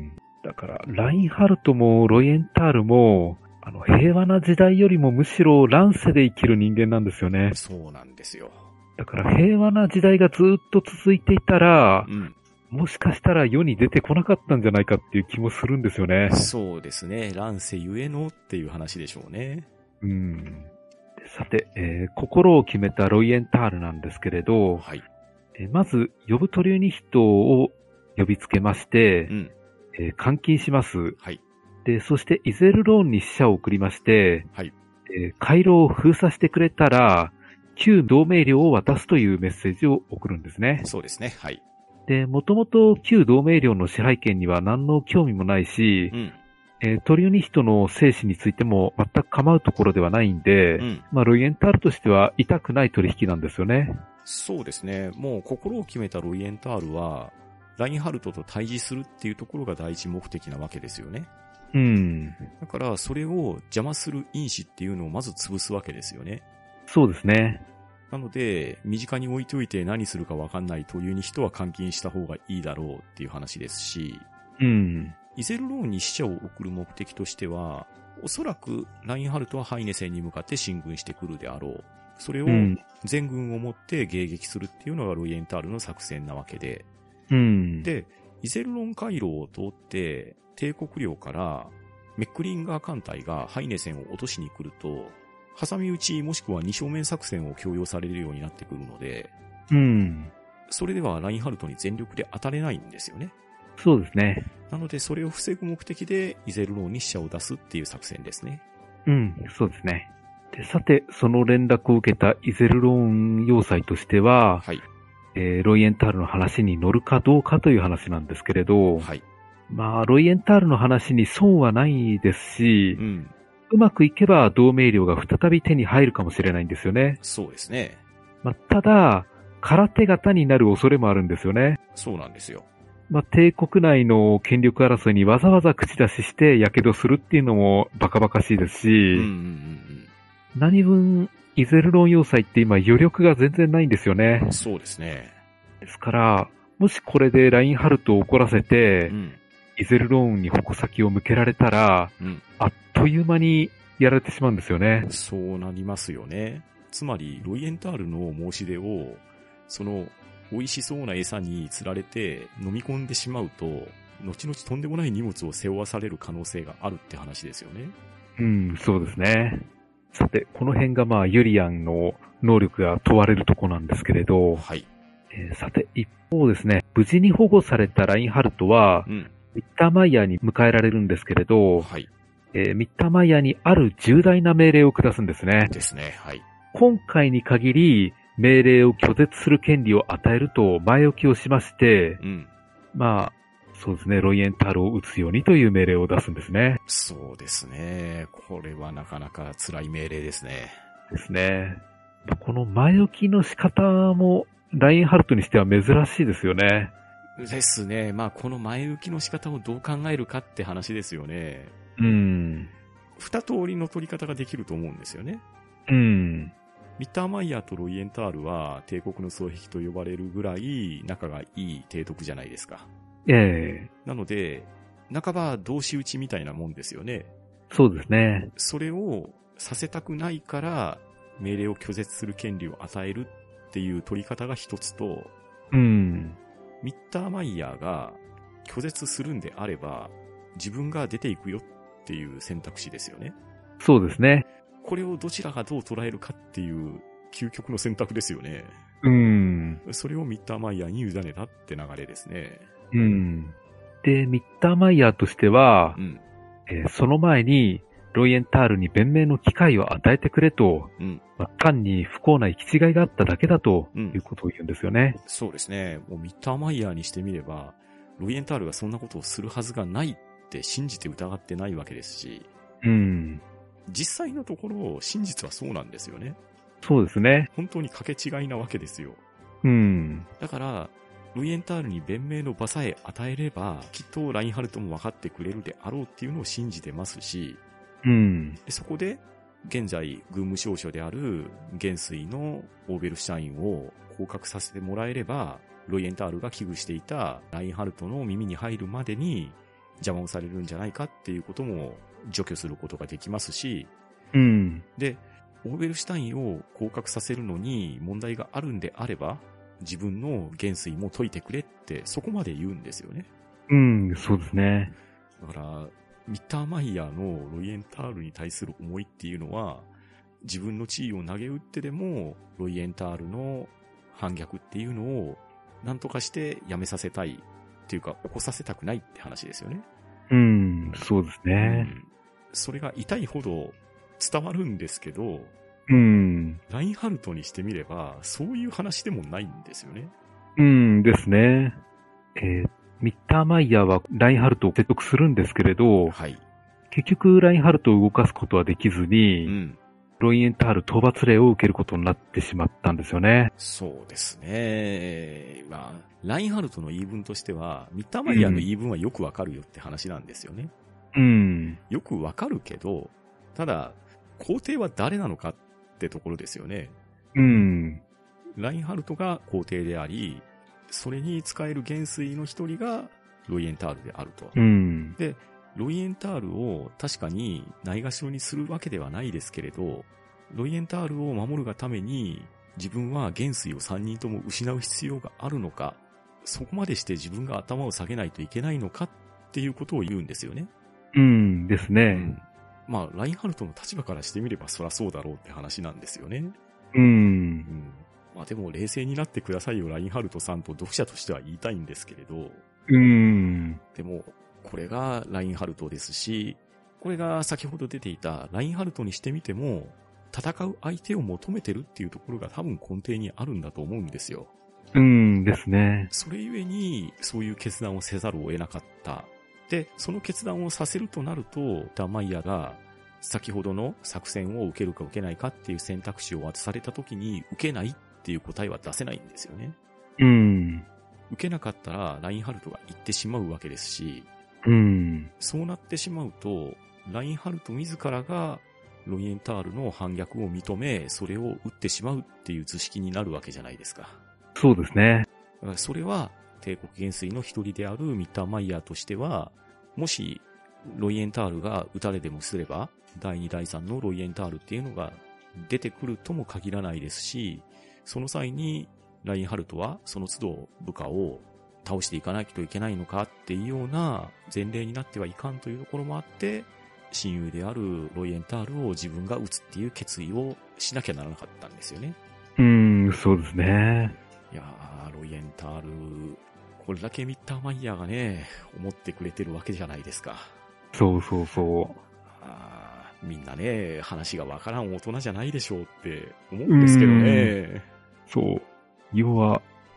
だから、ラインハルトもロイエンタールも、あの、平和な時代よりもむしろ乱世で生きる人間なんですよね。 そうなんですよ。 だから平和な時代がずっと続いていたら、うん、もしかしたら世に出てこなかったんじゃないかっていう気もするんですよね。 そうですね。乱世ゆえのっていう話でしょうね。 うん。さて、えー、心を決めたロイエンタールなんですけれど、 はい。 えー、まず、ヨブトリュニヒトを呼びつけまして、うんえー、監禁します。 はい。 で、そしてイゼルローンに使者を送りまして、 はい。 えー、回廊を封鎖してくれたら、旧同盟領を渡すというメッセージを送るんですね。 そうですね。はい。 で、もともと旧同盟領の支配権には何の興味もないし、うんえー、トリュニヒトの生死についても全く構うところではないんで、うん、まあ、ロイエンタールとしては痛くない取引なんですよね。 そうですね。もう心を決めたロイエンタールは、ラインハルトと対峙するっていうところが第一目的なわけですよね。 うん。 だから、それを邪魔する因子っていうのをまず潰すわけですよね。 そうですね。 なので、身近に置いておいて何するかわかんないトリュニヒトは監禁した方がいいだろうっていう話ですし、 うん。 イゼルローンに使者を送る目的としては、おそらくラインハルトはハイネ戦に向かって進軍してくるであろう。それを全軍をもって迎撃するっていうのがロイエンタールの作戦なわけで。 うん、 で、イゼルロン回廊を通って帝国領からメックリンガー艦隊がハイネ戦を落としに来ると、挟み撃ちもしくは二正面作戦を強要されるようになってくるので、 うん、 それではラインハルトに全力で当たれないんですよね。 そうですね。 なのでそれを防ぐ目的でイゼルローンに使者を出すっていう作戦ですね。 うん、そうですね。で、さて、その連絡を受けたイゼルローン要塞としては、はい。えー、ロイエンタールの話に乗るかどうかという話なんですけれど、 はい。 まあ、ロイエンタールの話に損はないですし、 うん。 うまくいけば同盟領が再び手に入るかもしれないんですよね。 そうですね。 まあ、ただ、空手型になる恐れもあるんですよね。 そうなんですよ。 まあ、帝国内の権力争いにわざわざ口出しして火傷するっていうのもバカバカしいですし、 うんうんうんうん、 何分、イゼルロン要塞って今余力が全然ないんですよね。 そうですね。 ですから、もしこれでラインハルトを怒らせて、 うん、 イゼルローンに矛先を向けられたら、 うん、 あっという間にやられてしまうんですよね。 そうなりますよね。つまり、ロイエンタールの申し出を、その、美味しそうな餌に釣られて飲み込んでしまうと、後々とんでもない荷物を背負わされる可能性があるって話ですよね。 うん、そうですね。さて、この辺がまあ、ユリアンの能力が問われるとこなんですけれど、 はい。 えー、さて、一方ですね、無事に保護されたラインハルトは、うん、ミッターマイヤーに迎えられるんですけれど、 はい。 えー、ミッターマイヤーにある重大な命令を下すんですね。 ですね、はい。 今回に限り、命令を拒絶する権利を与えると前置きをしまして、 うん、 まあ、 そうですね。ロイエンタールを撃つようにという命令を出すんですね。 そうですね。これはなかなか辛い命令ですね。 ですね。この前置きの仕方も、ラインハルトにしては珍しいですよね。 ですね。まあ、この前置きの仕方をどう考えるかって話ですよね。 うん。 二通りの取り方ができると思うんですよね。 うん。 ミッターマイヤーとロイエンタールは帝国の双璧と呼ばれるぐらい仲がいい帝徳じゃないですか。 ええ。 なので、半ば同士討ちみたいなもんですよね。 そうですね。 それをさせたくないから命令を拒絶する権利を与えるっていう取り方が一つと、 うん。 ミッターマイヤーが拒絶するんであれば自分が出ていくよっていう選択肢ですよね。 そうですね。 これをどちらがどう捉えるかっていう究極の選択ですよね。 うん。 それをミッターマイヤーに委ねたって流れですね。 うん。で、ミッターマイヤーとしては、 うん。 えーその前に、ロイエンタールに弁明の機会を与えてくれと、 うん。 まあ、単に不幸な行き違いがあっただけだとうんいうことを言うんですよね。 そうですね。もうミッターマイヤーにしてみれば、ロイエンタールがそんなことをするはずがないって信じて疑ってないわけですし、 うん。 実際のところ真実はそうなんですよね。 そうですね。 本当に掛け違いなわけですよ。 うん。 だから、ロイエンタールに弁明の場さえ与えれば、きっとラインハルトも分かってくれるであろうっていうのを信じてますし、 うん。 でそこで、現在、軍務省所である元帥のオーベルシュタインを降格させてもらえれば、ロイエンタールが危惧していたラインハルトの耳に入るまでに邪魔をされるんじゃないかっていうことも除去することができますし、 うん。 で、オーベルシュタインを降格させるのに問題があるんであれば、自分の元帥も解いてくれってそこまで言うんですよね。 うん、そうですね。 だから、ミッターマイヤーのロイエンタールに対する思いっていうのは、自分の地位を投げ打ってでも、ロイエンタールの反逆っていうのを何とかしてやめさせたいっていうか、起こさせたくないって話ですよね。 うん、そうですね。 うん、それが痛いほど伝わるんですけど、 うん。 ラインハルトにしてみれば、そういう話でもないんですよね。 うんですね。えーミッターマイヤーはラインハルトを説得するんですけれど、 はい。 結局ラインハルトを動かすことはできずに、 うん。 ロイエンタール討伐令を受けることになってしまったんですよね。 そうですね。まあ、ラインハルトの言い分としては、ミッターマイヤーの言い分はよくわかるよって話なんですよね。 うん。 よくわかるけど、ただ、皇帝は誰なのかってところですよね。 うん。 ラインハルトが皇帝であり、それに使える元帥の一人がロイエンタールであると。 うん。 で、ロイエンタールを確かにないがしろにするわけではないですけれど、ロイエンタールを守るがために自分は元帥をさんにんとも失う必要があるのか、そこまでして自分が頭を下げないといけないのかっていうことを言うんですよね。 うんですね。 うん、まあ、ラインハルトの立場からしてみればそらそうだろうって話なんですよね。 うん。 うんまあでも冷静になってくださいよ、ラインハルトさんと読者としては言いたいんですけれど。 うん。 でも、これがラインハルトですし、これが先ほど出ていたラインハルトにしてみても、戦う相手を求めてるっていうところが多分根底にあるんだと思うんですよ。 うんですね。 それゆえに、そういう決断をせざるを得なかった。で、その決断をさせるとなると、ダマイヤが先ほどの作戦を受けるか受けないかっていう選択肢を渡された時に受けないっていう答えは出せないんですよね。 うん。 受けなかったらラインハルトが言ってしまうわけですし、 うん。 そうなってしまうと、ラインハルト自らがロイエンタールの反逆を認め、それを撃ってしまうっていう図式になるわけじゃないですか。 そうですね。 だからそれは帝国元帥の一人であるミッターマイヤーとしては、もしロイエンタールが撃たれでもすれば、だいにだいさんのロイエンタールっていうのが出てくるとも限らないですし、その際にラインハルトはその都度部下を倒していかないといけないのかっていうような前例になってはいかんというところもあって、親友であるロイエンタールを自分が撃つっていう決意をしなきゃならなかったんですよね。 うん、そうですね。 いやー、ロイエンタール、これだけミッターマイヤーがね、思ってくれてるわけじゃないですか。 そうそうそう。 あみんなね、話がわからん大人じゃないでしょうって思うんですけどね。 そう。要は、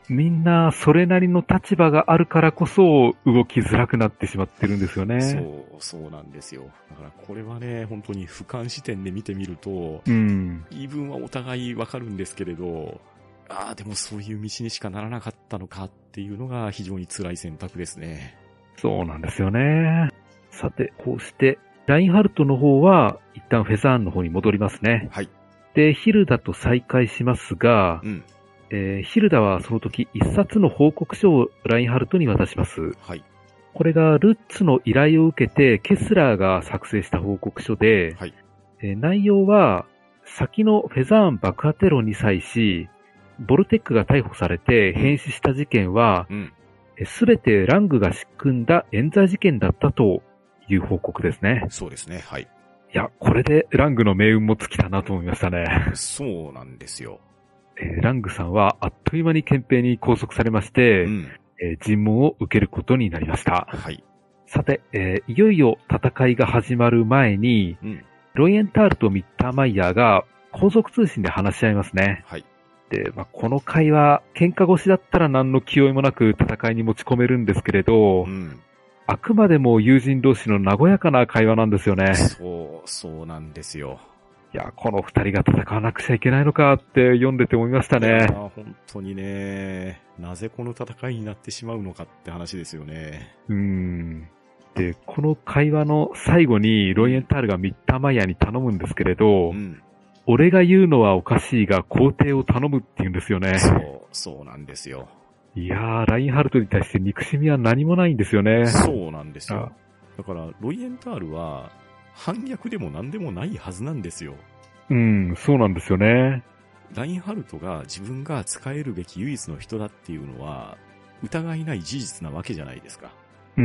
みんなそれなりの立場があるからこそ動きづらくなってしまってるんですよね。 そう、そうなんですよ。だからこれはね、本当に俯瞰視点で見てみると、 うん。 言い分はお互いわかるんですけれど、ああ、でもそういう道にしかならなかったのかっていうのが非常に辛い選択ですね。 そうなんですよね。さて、こうして、ラインハルトの方は一旦フェザーンの方に戻りますね。 はい。 で、ヒルダと再会しますが、 うん。 えーヒルダはその時一冊の報告書をラインハルトに渡します。 はい。 これがルッツの依頼を受けてケスラーが作成した報告書で、 はい。 えー内容は先のフェザーン爆破テロに際し、ボルテックが逮捕されて変死した事件は、 うん。 すべてラングが仕組んだ冤罪事件だったという報告ですね。 そうですね。はい。 いや、これでラングの命運も尽きたなと思いましたね。 そうなんですよ。 えーラングさんはあっという間に憲兵に拘束されまして、 うん。 えー尋問を受けることになりました。 はい。 さて、えーいよいよ戦いが始まる前に、 うん。 ロイエンタールとミッターマイヤーが高速通信で話し合いますね。 はい。 で、まあ、この会話、喧嘩越しだったら何の気負いもなく戦いに持ち込めるんですけれど、 うん。 あくまでも友人同士の和やかな会話なんですよね。 そう、そうなんですよ。 いや、この二人が戦わなくちゃいけないのかって読んでて思いましたいやね。 ー本当にね、なぜこの戦いになってしまうのかって話ですよね。 うーん。で、この会話の最後にロイエンタールがミッターマイヤーに頼むんですけれど、 うん。 俺が言うのはおかしいが皇帝を頼むって言うんですよね。 そう、そうなんですよ。 いやー、ラインハルトに対して憎しみは何もないんですよね。 そうなんですよ。だから、ロイエンタールは、反逆でも何でもないはずなんですよ。 うん、そうなんですよね。 ラインハルトが自分が使えるべき唯一の人だっていうのは、疑いない事実なわけじゃないですか。 うん。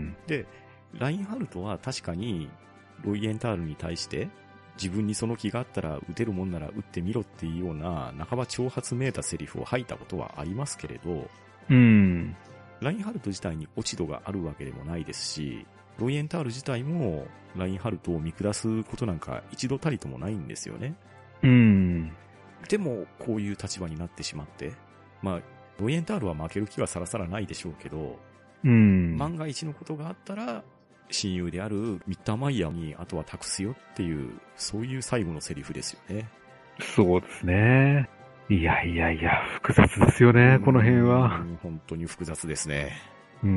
で、ラインハルトは確かに、ロイエンタールに対して、自分にその気があったら撃てるもんなら撃ってみろっていうような半ば挑発めいたセリフを吐いたことはありますけれど、 うん。 ラインハルト自体に落ち度があるわけでもないですし、ロイエンタール自体もラインハルトを見下すことなんか一度たりともないんですよね。 うん。 でもこういう立場になってしまって、まあ、ロイエンタールは負ける気はさらさらないでしょうけど、 うん。 万が一のことがあったら、親友であるミッターマイヤーにあとは託すよっていう、そういう最後のセリフですよね。 そうですね。いやいやいや、複雑ですよね、この辺は。 本当に複雑ですね。 うん。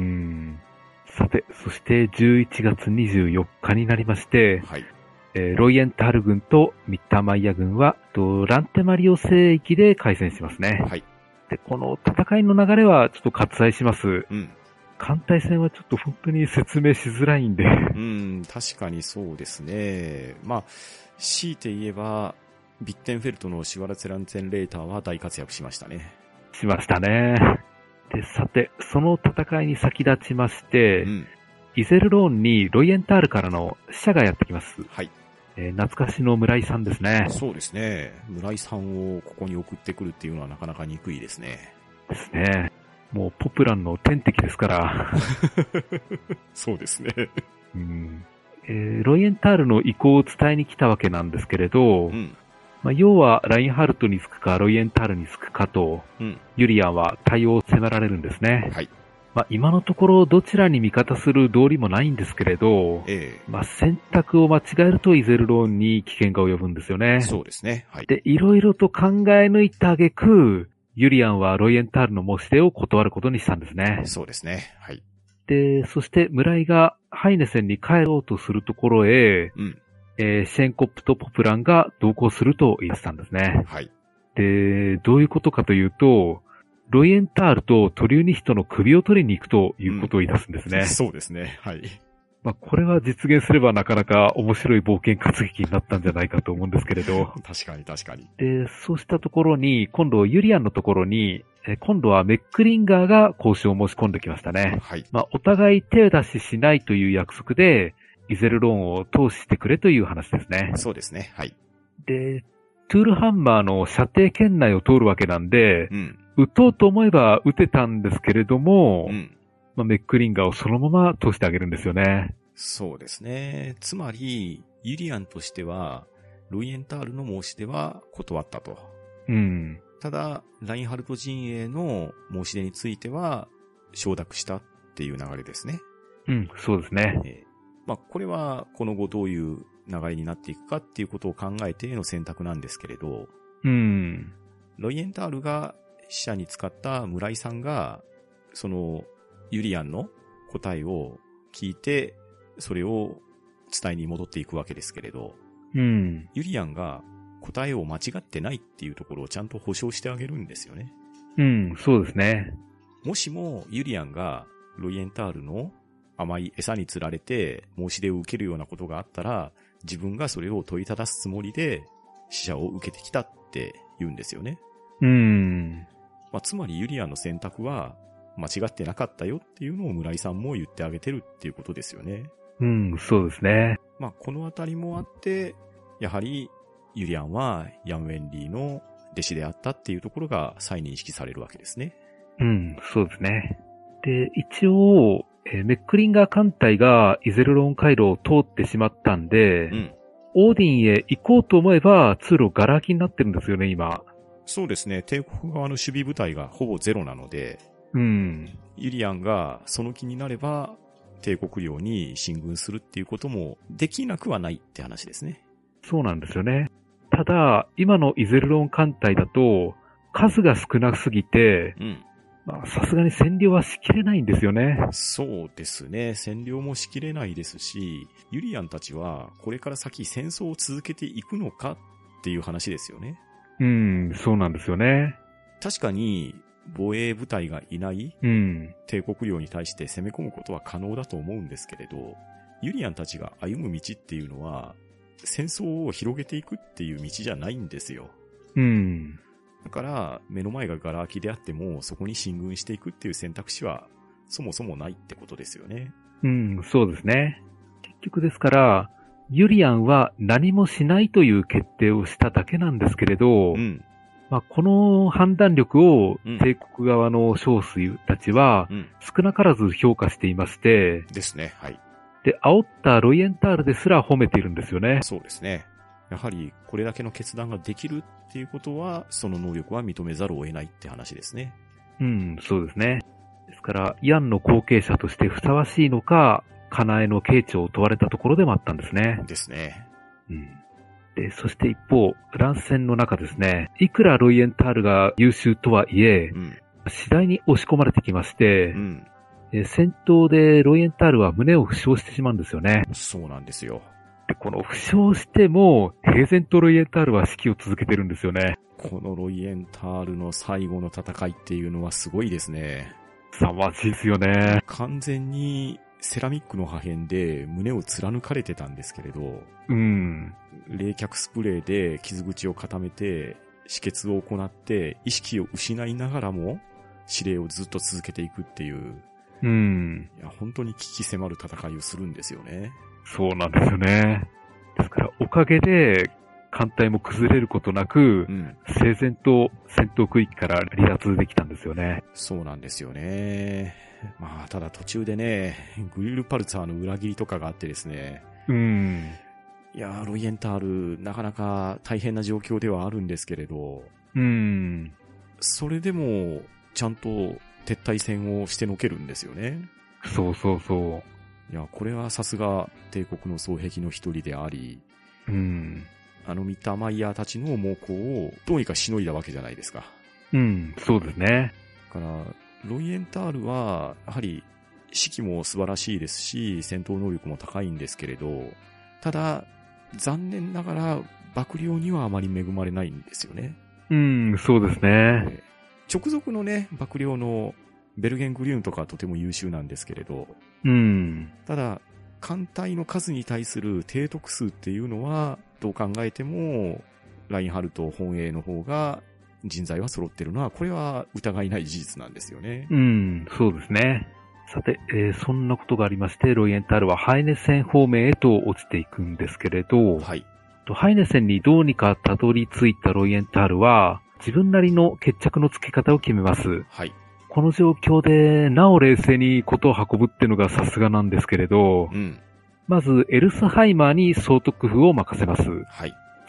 さて、そしてじゅういちがつにじゅうよっかになりまして、 はい。 えーロイエンタール軍とミッターマイヤ軍は、とランテマリオ聖域で開戦しますね。 はい。 で、この戦いの流れはちょっと割愛します。 うん。 艦隊戦はちょっと本当に説明しづらいんで。 うん、確かにそうですね。まあ、強いて言えば、ビッテンフェルトのシュワルツェランツェンレーターは大活躍しましたね。 しましたね。で、さて、その戦いに先立ちまして、 うん。 イゼルローンにロイエンタールからの使者がやってきます。 はい。 えー懐かしの村井さんですね。 そうですね。村井さんをここに送ってくるっていうのはなかなか憎いですね。 ですね。もうポプランの天敵ですから。 そうですね。 うんえーロイエンタールの意向を伝えに来たわけなんですけれど、 うん。 まあ、要はラインハルトにつくかロイエンタールにつくかと、 うん。 ユリアンは対応を迫られるんですね。 はい。 まあ、今のところどちらに味方する道理もないんですけれど、 えまあ、選択を間違えるとイゼルローンに危険が及ぶんですよね。 えそうですね。はい。 で、いろいろと考え抜いた挙句、ユリアンはロイエンタールの申し出を断ることにしたんですね。 そうですね。はい。 で、そして村井がハイネセンに帰ろうとするところへ、 うん。 えーシェンコップとポプランが同行すると言い出したんですね。 はい。 で、どういうことかというと、ロイエンタールとトリューニヒトの首を取りに行くということを言い出すんですね。 そうですね。はい。 まあ、これは実現すればなかなか面白い冒険活劇になったんじゃないかと思うんですけれど。 確かに確かに。 で、そうしたところに、今度ユリアンのところに、え今度はメックリンガーが交渉を申し込んできましたね。 はい。 まあ、お互い手出ししないという約束で、イゼルローンを通してくれという話ですね。 そうですね。はい。 で、トゥールハンマーの射程圏内を通るわけなんで、 うん。 撃とうと思えば撃てたんですけれども、 うん。 まあ、メックリンガーをそのまま通してあげるんですよね。 そうですね。つまり、ユリアンとしては、ロイエンタールの申し出は断ったと。 うん。 ただ、ラインハルト陣営の申し出については、承諾したっていう流れですね。 うん、そうですね。 えー、まあ、これは、この後どういう流れになっていくかっていうことを考えての選択なんですけれど、 うん。 ロイエンタールが死者に使った村井さんが、その、ユリアンの答えを聞いて、それを伝えに戻っていくわけですけれど、 うん。 ユリアンが答えを間違ってないっていうところをちゃんと保証してあげるんですよね。 うん、そうですね。 もしもユリアンがロイエンタールの甘い餌に釣られて申し出を受けるようなことがあったら、自分がそれを問いただすつもりで死者を受けてきたって言うんですよね。 うん。 まあ、つまりユリアンの選択は間違ってなかったよっていうのを村井さんも言ってあげてるっていうことですよね。 うん、そうですね。 まあ、このあたりもあって、やはりユリアンはヤンウェンリーの弟子であったっていうところが再認識されるわけですね。 うん、そうですね。で、一応、えー、メックリンガー艦隊がイゼルロン回廊を通ってしまったんで、うん、オーディンへ行こうと思えば通路ガラ空きになってるんですよね、今。 そうですね。帝国側の守備部隊がほぼゼロなので、 うん。 ユリアンがその気になれば帝国領に進軍するっていうこともできなくはないって話ですね。 そうなんですよね。ただ、今のイゼルロン艦隊だと数が少なすぎて、うん。まあ、さすがに占領はしきれないんですよね。 そうですね。占領もしきれないですし、ユリアンたちはこれから先戦争を続けていくのかっていう話ですよね。 うん、そうなんですよね。 確かに防衛部隊がいない帝国領に対して攻め込むことは可能だと思うんですけれど、ユリアンたちが歩む道っていうのは戦争を広げていくっていう道じゃないんですよ。 うん。 だから目の前がガラ空きであってもそこに進軍していくっていう選択肢はそもそもないってことですよね。 うん、そうですね。結局ですから、ユリアンは何もしないという決定をしただけなんですけれど、うん、まあ、この判断力を帝国側の将帥たちは少なからず評価していまして、 うん、ですね、はい。 で、煽ったロイエンタールですら褒めているんですよね。 そうですね。やはりこれだけの決断ができるっていうことは、その能力は認めざるを得ないって話ですね。 うん、そうですね。ですから、ヤンの後継者としてふさわしいのか、カナエの継承を問われたところでもあったんですね。 ですね。 うん。で、そして一方、乱戦の中ですね、いくらロイエンタールが優秀とはいえ、うん、次第に押し込まれてきまして、うん、戦闘でロイエンタールは胸を負傷してしまうんですよね。 そうなんですよ。 で、この負傷しても、平然とロイエンタールは指揮を続けてるんですよね。 このロイエンタールの最後の戦いっていうのはすごいですね。 凄まじいですよね。 完全にセラミックの破片で胸を貫かれてたんですけれど、 うん。 冷却スプレーで傷口を固めて、止血を行って意識を失いながらも指令をずっと続けていくっていう。 うん。 いや、本当に危機迫る戦いをするんですよね。 そうなんですよね。ですから、おかげで、艦隊も崩れることなく、うん、整然と戦闘区域から離脱できたんですよね。 そうなんですよね。まあ、ただ途中でね、グリルパルツァーの裏切りとかがあってですね。 うん。 いやー、ロイエンタール、なかなか大変な状況ではあるんですけれど。 うん。 それでも、ちゃんと撤退戦をしてのけるんですよね。 そうそうそう。 いや、これはさすが帝国の双璧の一人であり、 うん。 あのミッターマイヤーたちの猛攻をどうにかしのいだわけじゃないですか。 うん、そうですね。 だから、ロイエンタールは、やはり、指揮も素晴らしいですし、戦闘能力も高いんですけれど、ただ、残念ながら、幕僚にはあまり恵まれないんですよね。 うん、そうですね。 直属のね、幕僚のベルゲン・グリューンとかはとても優秀なんですけれど、 うん。 ただ、艦隊の数に対する提督数っていうのは、どう考えても、ラインハルト本営の方が人材は揃ってるのは、これは疑いない事実なんですよね。 うん、そうですね。さて、えー、そんなことがありまして、ロイエンタールはハイネセン方面へと落ちていくんですけれど、 はい。 ハイネセンにどうにかたどり着いたロイエンタールは、自分なりの決着のつけ方を決めます。 はい。 この状況で、なお冷静にことを運ぶっていうのがさすがなんですけれど、 うん。 まず、エルスハイマーに総督府を任せます。 はい。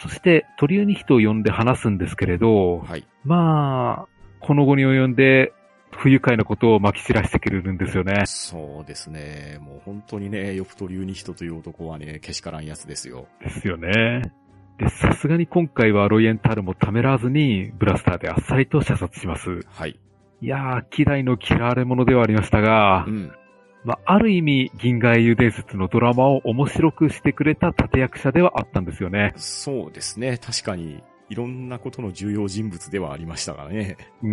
そしてトリューニヒトを呼んで話すんですけれど、 はい。 まあ、この後に及んで不愉快なことをまき散らしてくれるんですよね。 そうですね。もう本当にね、よくトリューニヒトという男はね、けしからんやつですよ。 ですよね。で、さすがに今回はロイエンタールもためらわずにブラスターであっさりと射殺します。 はい。 いやー、嫌いの嫌われ者ではありましたが、 うん。 まあ、ある意味、銀河英雄伝説のドラマを面白くしてくれた立役者ではあったんですよね。 そうですね。確かに、いろんなことの重要人物ではありましたからね。 うん。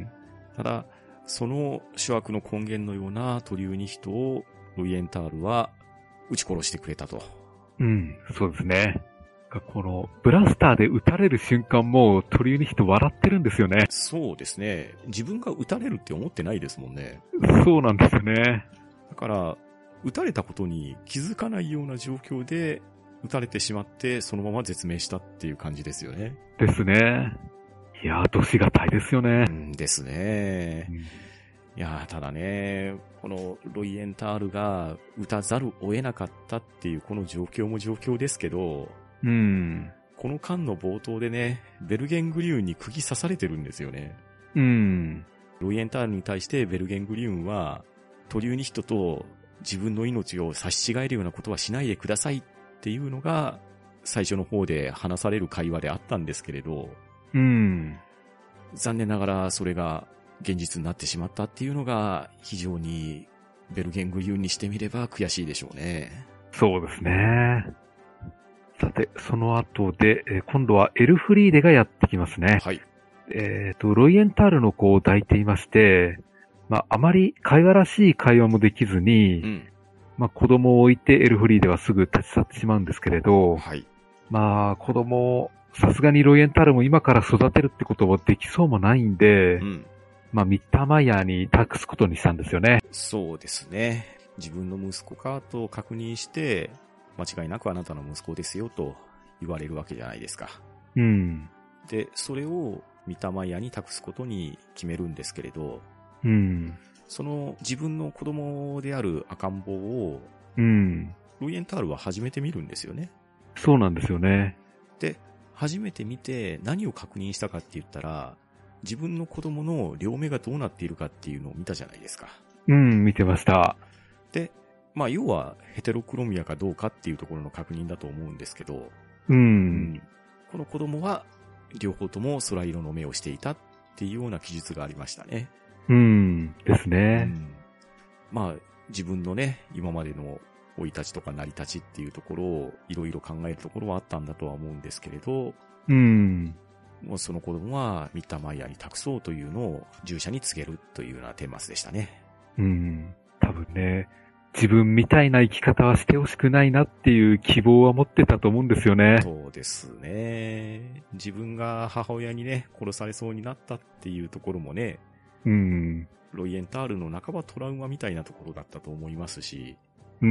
ただ、その諸悪の根源のようなトリューニヒトをロイエンタールは撃ち殺してくれたと。 うん、そうですね。この、ブラスターで撃たれる瞬間もトリューニヒト笑ってるんですよね。 そうですね。自分が撃たれるって思ってないですもんね。 そうなんですよね。 だから、撃たれたことに気づかないような状況で撃たれてしまってそのまま絶命したっていう感じですよね。 ですね。いやー、どしがたいですよね。 うんですね。うん、いやー、ただね、このロイエンタールが撃たざるを得なかったっていうこの状況も状況ですけど、 うん。 この間の冒頭でね、ベルゲングリューンに釘刺されてるんですよね。 うん。 ロイエンタールに対してベルゲングリューンは、トリューニヒトと自分の命を差し違えるようなことはしないでくださいっていうのが、最初の方で話される会話であったんですけれど、 うん。 残念ながらそれが現実になってしまったっていうのが、非常にベルゲングリューンにしてみれば悔しいでしょうね。 そうですね。さて、その後で、えー、今度はエルフリーデがやってきますね。 はい。 えっと、ロイエンタールの子を抱いていまして、まあ、あまり会話らしい会話もできずに、うん、まあ、子供を置いてエルフリーデはすぐ立ち去ってしまうんですけれど、 はい。 まあ、子供を、さすがにロイエンタールも今から育てるってことはできそうもないんで、うん、まあ、ミッターマイヤーに託すことにしたんですよね。 そうですね。自分の息子かと確認して、間違いなくあなたの息子ですよと言われるわけじゃないですか。 うん。 で、それをミッターマイヤーに託すことに決めるんですけれど、 うん。 その自分の子供である赤ん坊を、 うん。 ロイエンタールは初めて見るんですよね。 そうなんですよね。 で、初めて見て何を確認したかって言ったら、自分の子供の両目がどうなっているかっていうのを見たじゃないですか。 うん、見てました。 で、まあ要はヘテロクロミアかどうかっていうところの確認だと思うんですけど、 うん、うん、 この子供は両方とも空色の目をしていたっていうような記述がありましたね。 うん、ですね。 うん、まあ自分のね、今までの生い立ちとか成り立ちっていうところをいろいろ考えるところはあったんだとは思うんですけれど、 うん、 もうその子供はミッターマイヤーに託そうというのを従者に告げるというような顛末でしたね。 うん、多分ね、自分みたいな生き方はしてほしくないなっていう希望は持ってたと思うんですよね。 そうですね。自分が母親にね、殺されそうになったっていうところもね、 うん、 ロイエンタールの半ばトラウマみたいなところだったと思いますし、 うん、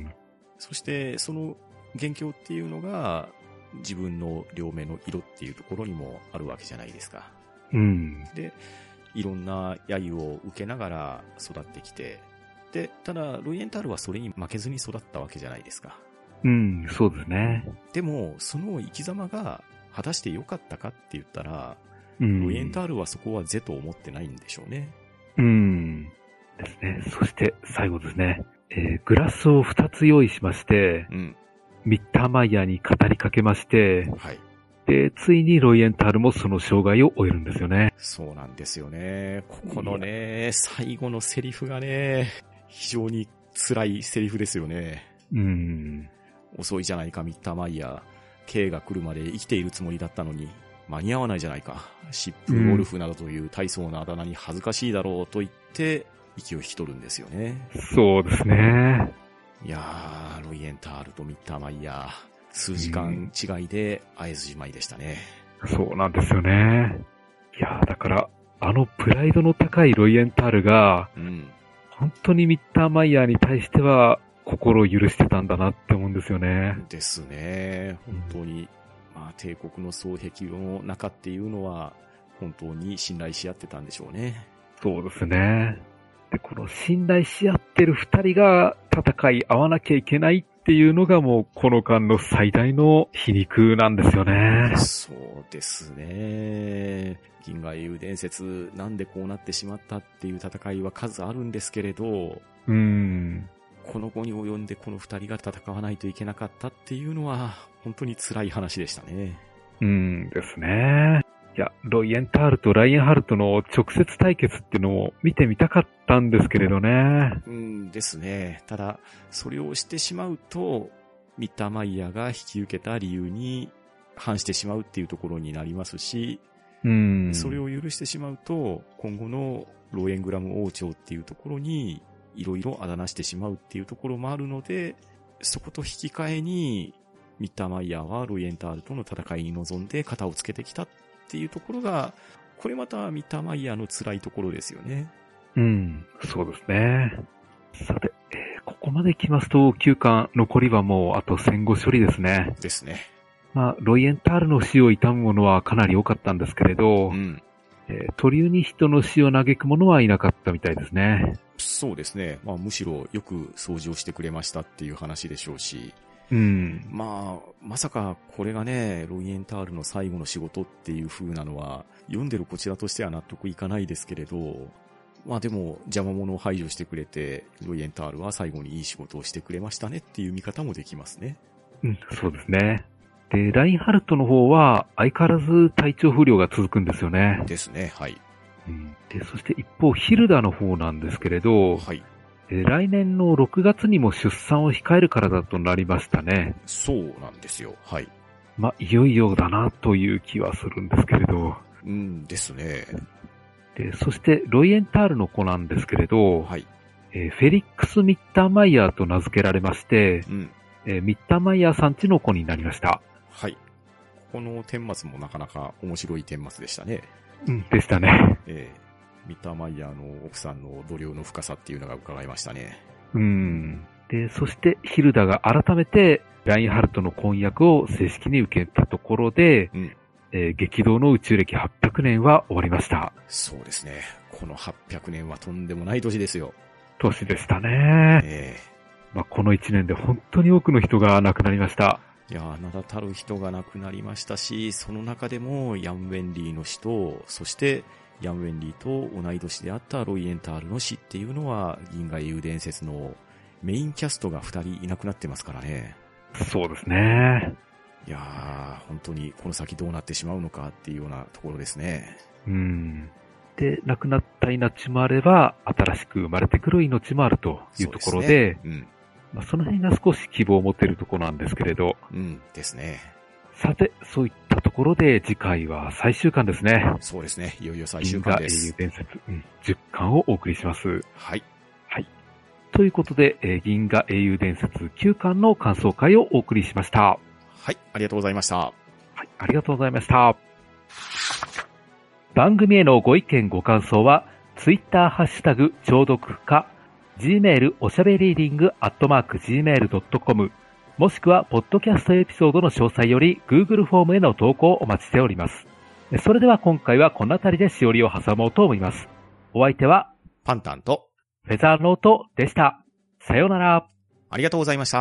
そしてその元凶っていうのが自分の両目の色っていうところにもあるわけじゃないですか。 うん、 で、いろんな揶揄を受けながら育ってきて、で、ただ、ロイエンタールはそれに負けずに育ったわけじゃないですか。 うん、そうですね。 でも、その生き様が果たして良かったかって言ったら、 うん、 ロイエンタールはそこは是と思ってないんでしょうね。 うん。ですね。そして最後ですね。えー、グラスを二つ用意しまして、うん、ミッターマイヤーに語りかけまして、はい。で、ついにロイエンタールもその生涯を終えるんですよね。 そうなんですよね。ここのね、最後のセリフがね、非常に辛いセリフですよね。 うん。 遅いじゃないか、ミッターマイヤー。K が来るまで生きているつもりだったのに、間に合わないじゃないか。疾風ウォルフなどという大層なあだ名に恥ずかしいだろうと言って、息を引き取るんですよね。 そうですね。 いやー、ロイエンタールとミッターマイヤー、数時間違いで会えずじまいでしたね。 うん、そうなんですよね。いやー、だから、あのプライドの高いロイエンタールが、うん、本当にミッターマイヤーに対しては心を許してたんだなって思うんですよね。 ですね。本当に、うん、まあ帝国の双璧の中っていうのは本当に信頼し合ってたんでしょうね。 そうですね。で、この信頼し合ってる二人が戦い合わなきゃいけないっっていうのがもうこの間の最大の皮肉なんですよね。 そうですね。銀河英雄伝説、なんでこうなってしまったっていう戦いは数あるんですけれど、 うーん。 この後に及んでこの二人が戦わないといけなかったっていうのは本当に辛い話でしたね。 うんですね。いや、ロイエンタールとライエンハルトの直接対決っていうのを見てみたかったんですけれどね。 うんですね。ただ、それをしてしまうと、ミッターマイヤーが引き受けた理由に反してしまうっていうところになりますし、 うん。 それを許してしまうと、今後のローエングラム王朝っていうところに、いろいろあだなしてしまうっていうところもあるので、そこと引き換えに、ミッターマイヤーはロイエンタールとの戦いに臨んで肩をつけてきたっていうところが、これまたミッターマイヤーの辛いところですよね。 うん、そうですね。さて、えー、ここまで来ますと、きゅうかん残りはもうあと戦後処理ですね。 ですね。 まあ、ロイエンタールの死を悼む者はかなり多かったんですけれど、 うん。 えー、トリューニヒトの死を嘆く者はいなかったみたいですね。 そうですね。まあむしろよく掃除をしてくれましたっていう話でしょうし、 うん。 まあ、まさかこれがね、ロイエンタールの最後の仕事っていう風なのは、読んでるこちらとしては納得いかないですけれど、まあでも邪魔者を排除してくれて、ロイエンタールは最後にいい仕事をしてくれましたねっていう見方もできますね。 うん、そうですね。で、ラインハルトの方は相変わらず体調不良が続くんですよね。 ですね、はい。 うん、で、そして一方、ヒルダの方なんですけれど、 はい。 えー来年のろくがつにも出産を控えるからだとなりましたね。 そうなんですよ、はい。 まあ、いよいよだなという気はするんですけれど。 うんですね。 で、そして、ロイエンタールの子なんですけれど、 はい。 えーフェリックス・ミッターマイヤーと名付けられまして、 うん。 えーミッターマイヤーさんちの子になりました。 はい。ここの顛末もなかなか面白い顛末でしたね。 うん、でしたね。 ええミッターマイヤーの奥さんの度量の深さっていうのが伺いましたね。 うん。で、そしてヒルダが改めてラインハルトの婚約を正式に受けたところで、 うん。 えー激動の宇宙歴はっぴゃくねんは終わりました。 そうですね。このはっぴゃくねんはとんでもない年ですよ。 年でしたね。 えまあ、このいちねんで本当に多くの人が亡くなりました。 えいやー、名だたる人が亡くなりましたし、その中でもヤン・ウェンリーの死と、そしてヤン・ウェンリーと同い年であったロイエンタールの死っていうのは、銀河英雄伝説のメインキャストがふたりいなくなってますからね。 そうですね。 いやー、本当にこの先どうなってしまうのかっていうようなところですね。 うん。で、亡くなった命もあれば、新しく生まれてくる命もあるというところで、 そうですね。うん。 まあ、その辺が少し希望を持てるところなんですけれど、 うんですね。 さて、そういったところで次回は最終巻ですね。 そうですね。いよいよ最終巻で銀河英雄す。 伝説、うん、じゅっかんをお送りします。 はい。 はい。ということで、えー銀河英雄伝説きゅうかんの感想会をお送りしました。 はい。ありがとうございました。 はい、ありがとうございました。番組へのご意見ご感想は、ツイッターハッシュタグ、聴読か、Gmail おしゃべりーディングアットマーク ジーメールドットコム、もしくは、ポッドキャストエピソードの詳細より、Google フォームへの投稿をお待ちしております。それでは今回はこの辺りでしおりを挟もうと思います。お相手は、 パンタンと、 フェザーノートでした。さようなら。 ありがとうございました。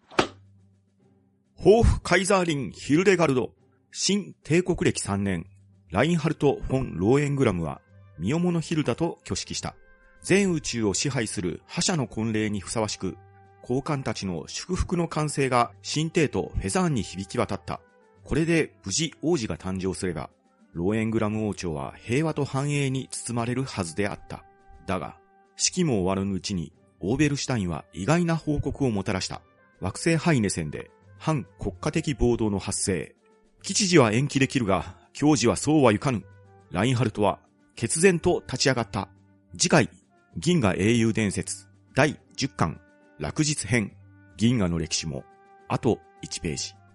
ホーフ・カイザーリン・ヒルデガルド、新帝国歴さんねん、ラインハルト・フォン・ローエングラムは、身重のヒルダと挙式した。全宇宙を支配する覇者の婚礼にふさわしく、高官たちの祝福の歓声が新帝都フェザーンに響き渡った。これで無事王子が誕生すれば、ローエングラム王朝は平和と繁栄に包まれるはずであった。だが、式も終わらぬうちに、オーベルシュタインは意外な報告をもたらした。惑星ハイネ戦で、反国家的暴動の発生。吉時は延期できるが、教時はそうはいかぬ。ラインハルトは、決然と立ち上がった。次回、銀河英雄伝説、だいじゅっかん、落日編、銀河の歴史も、あといちページ。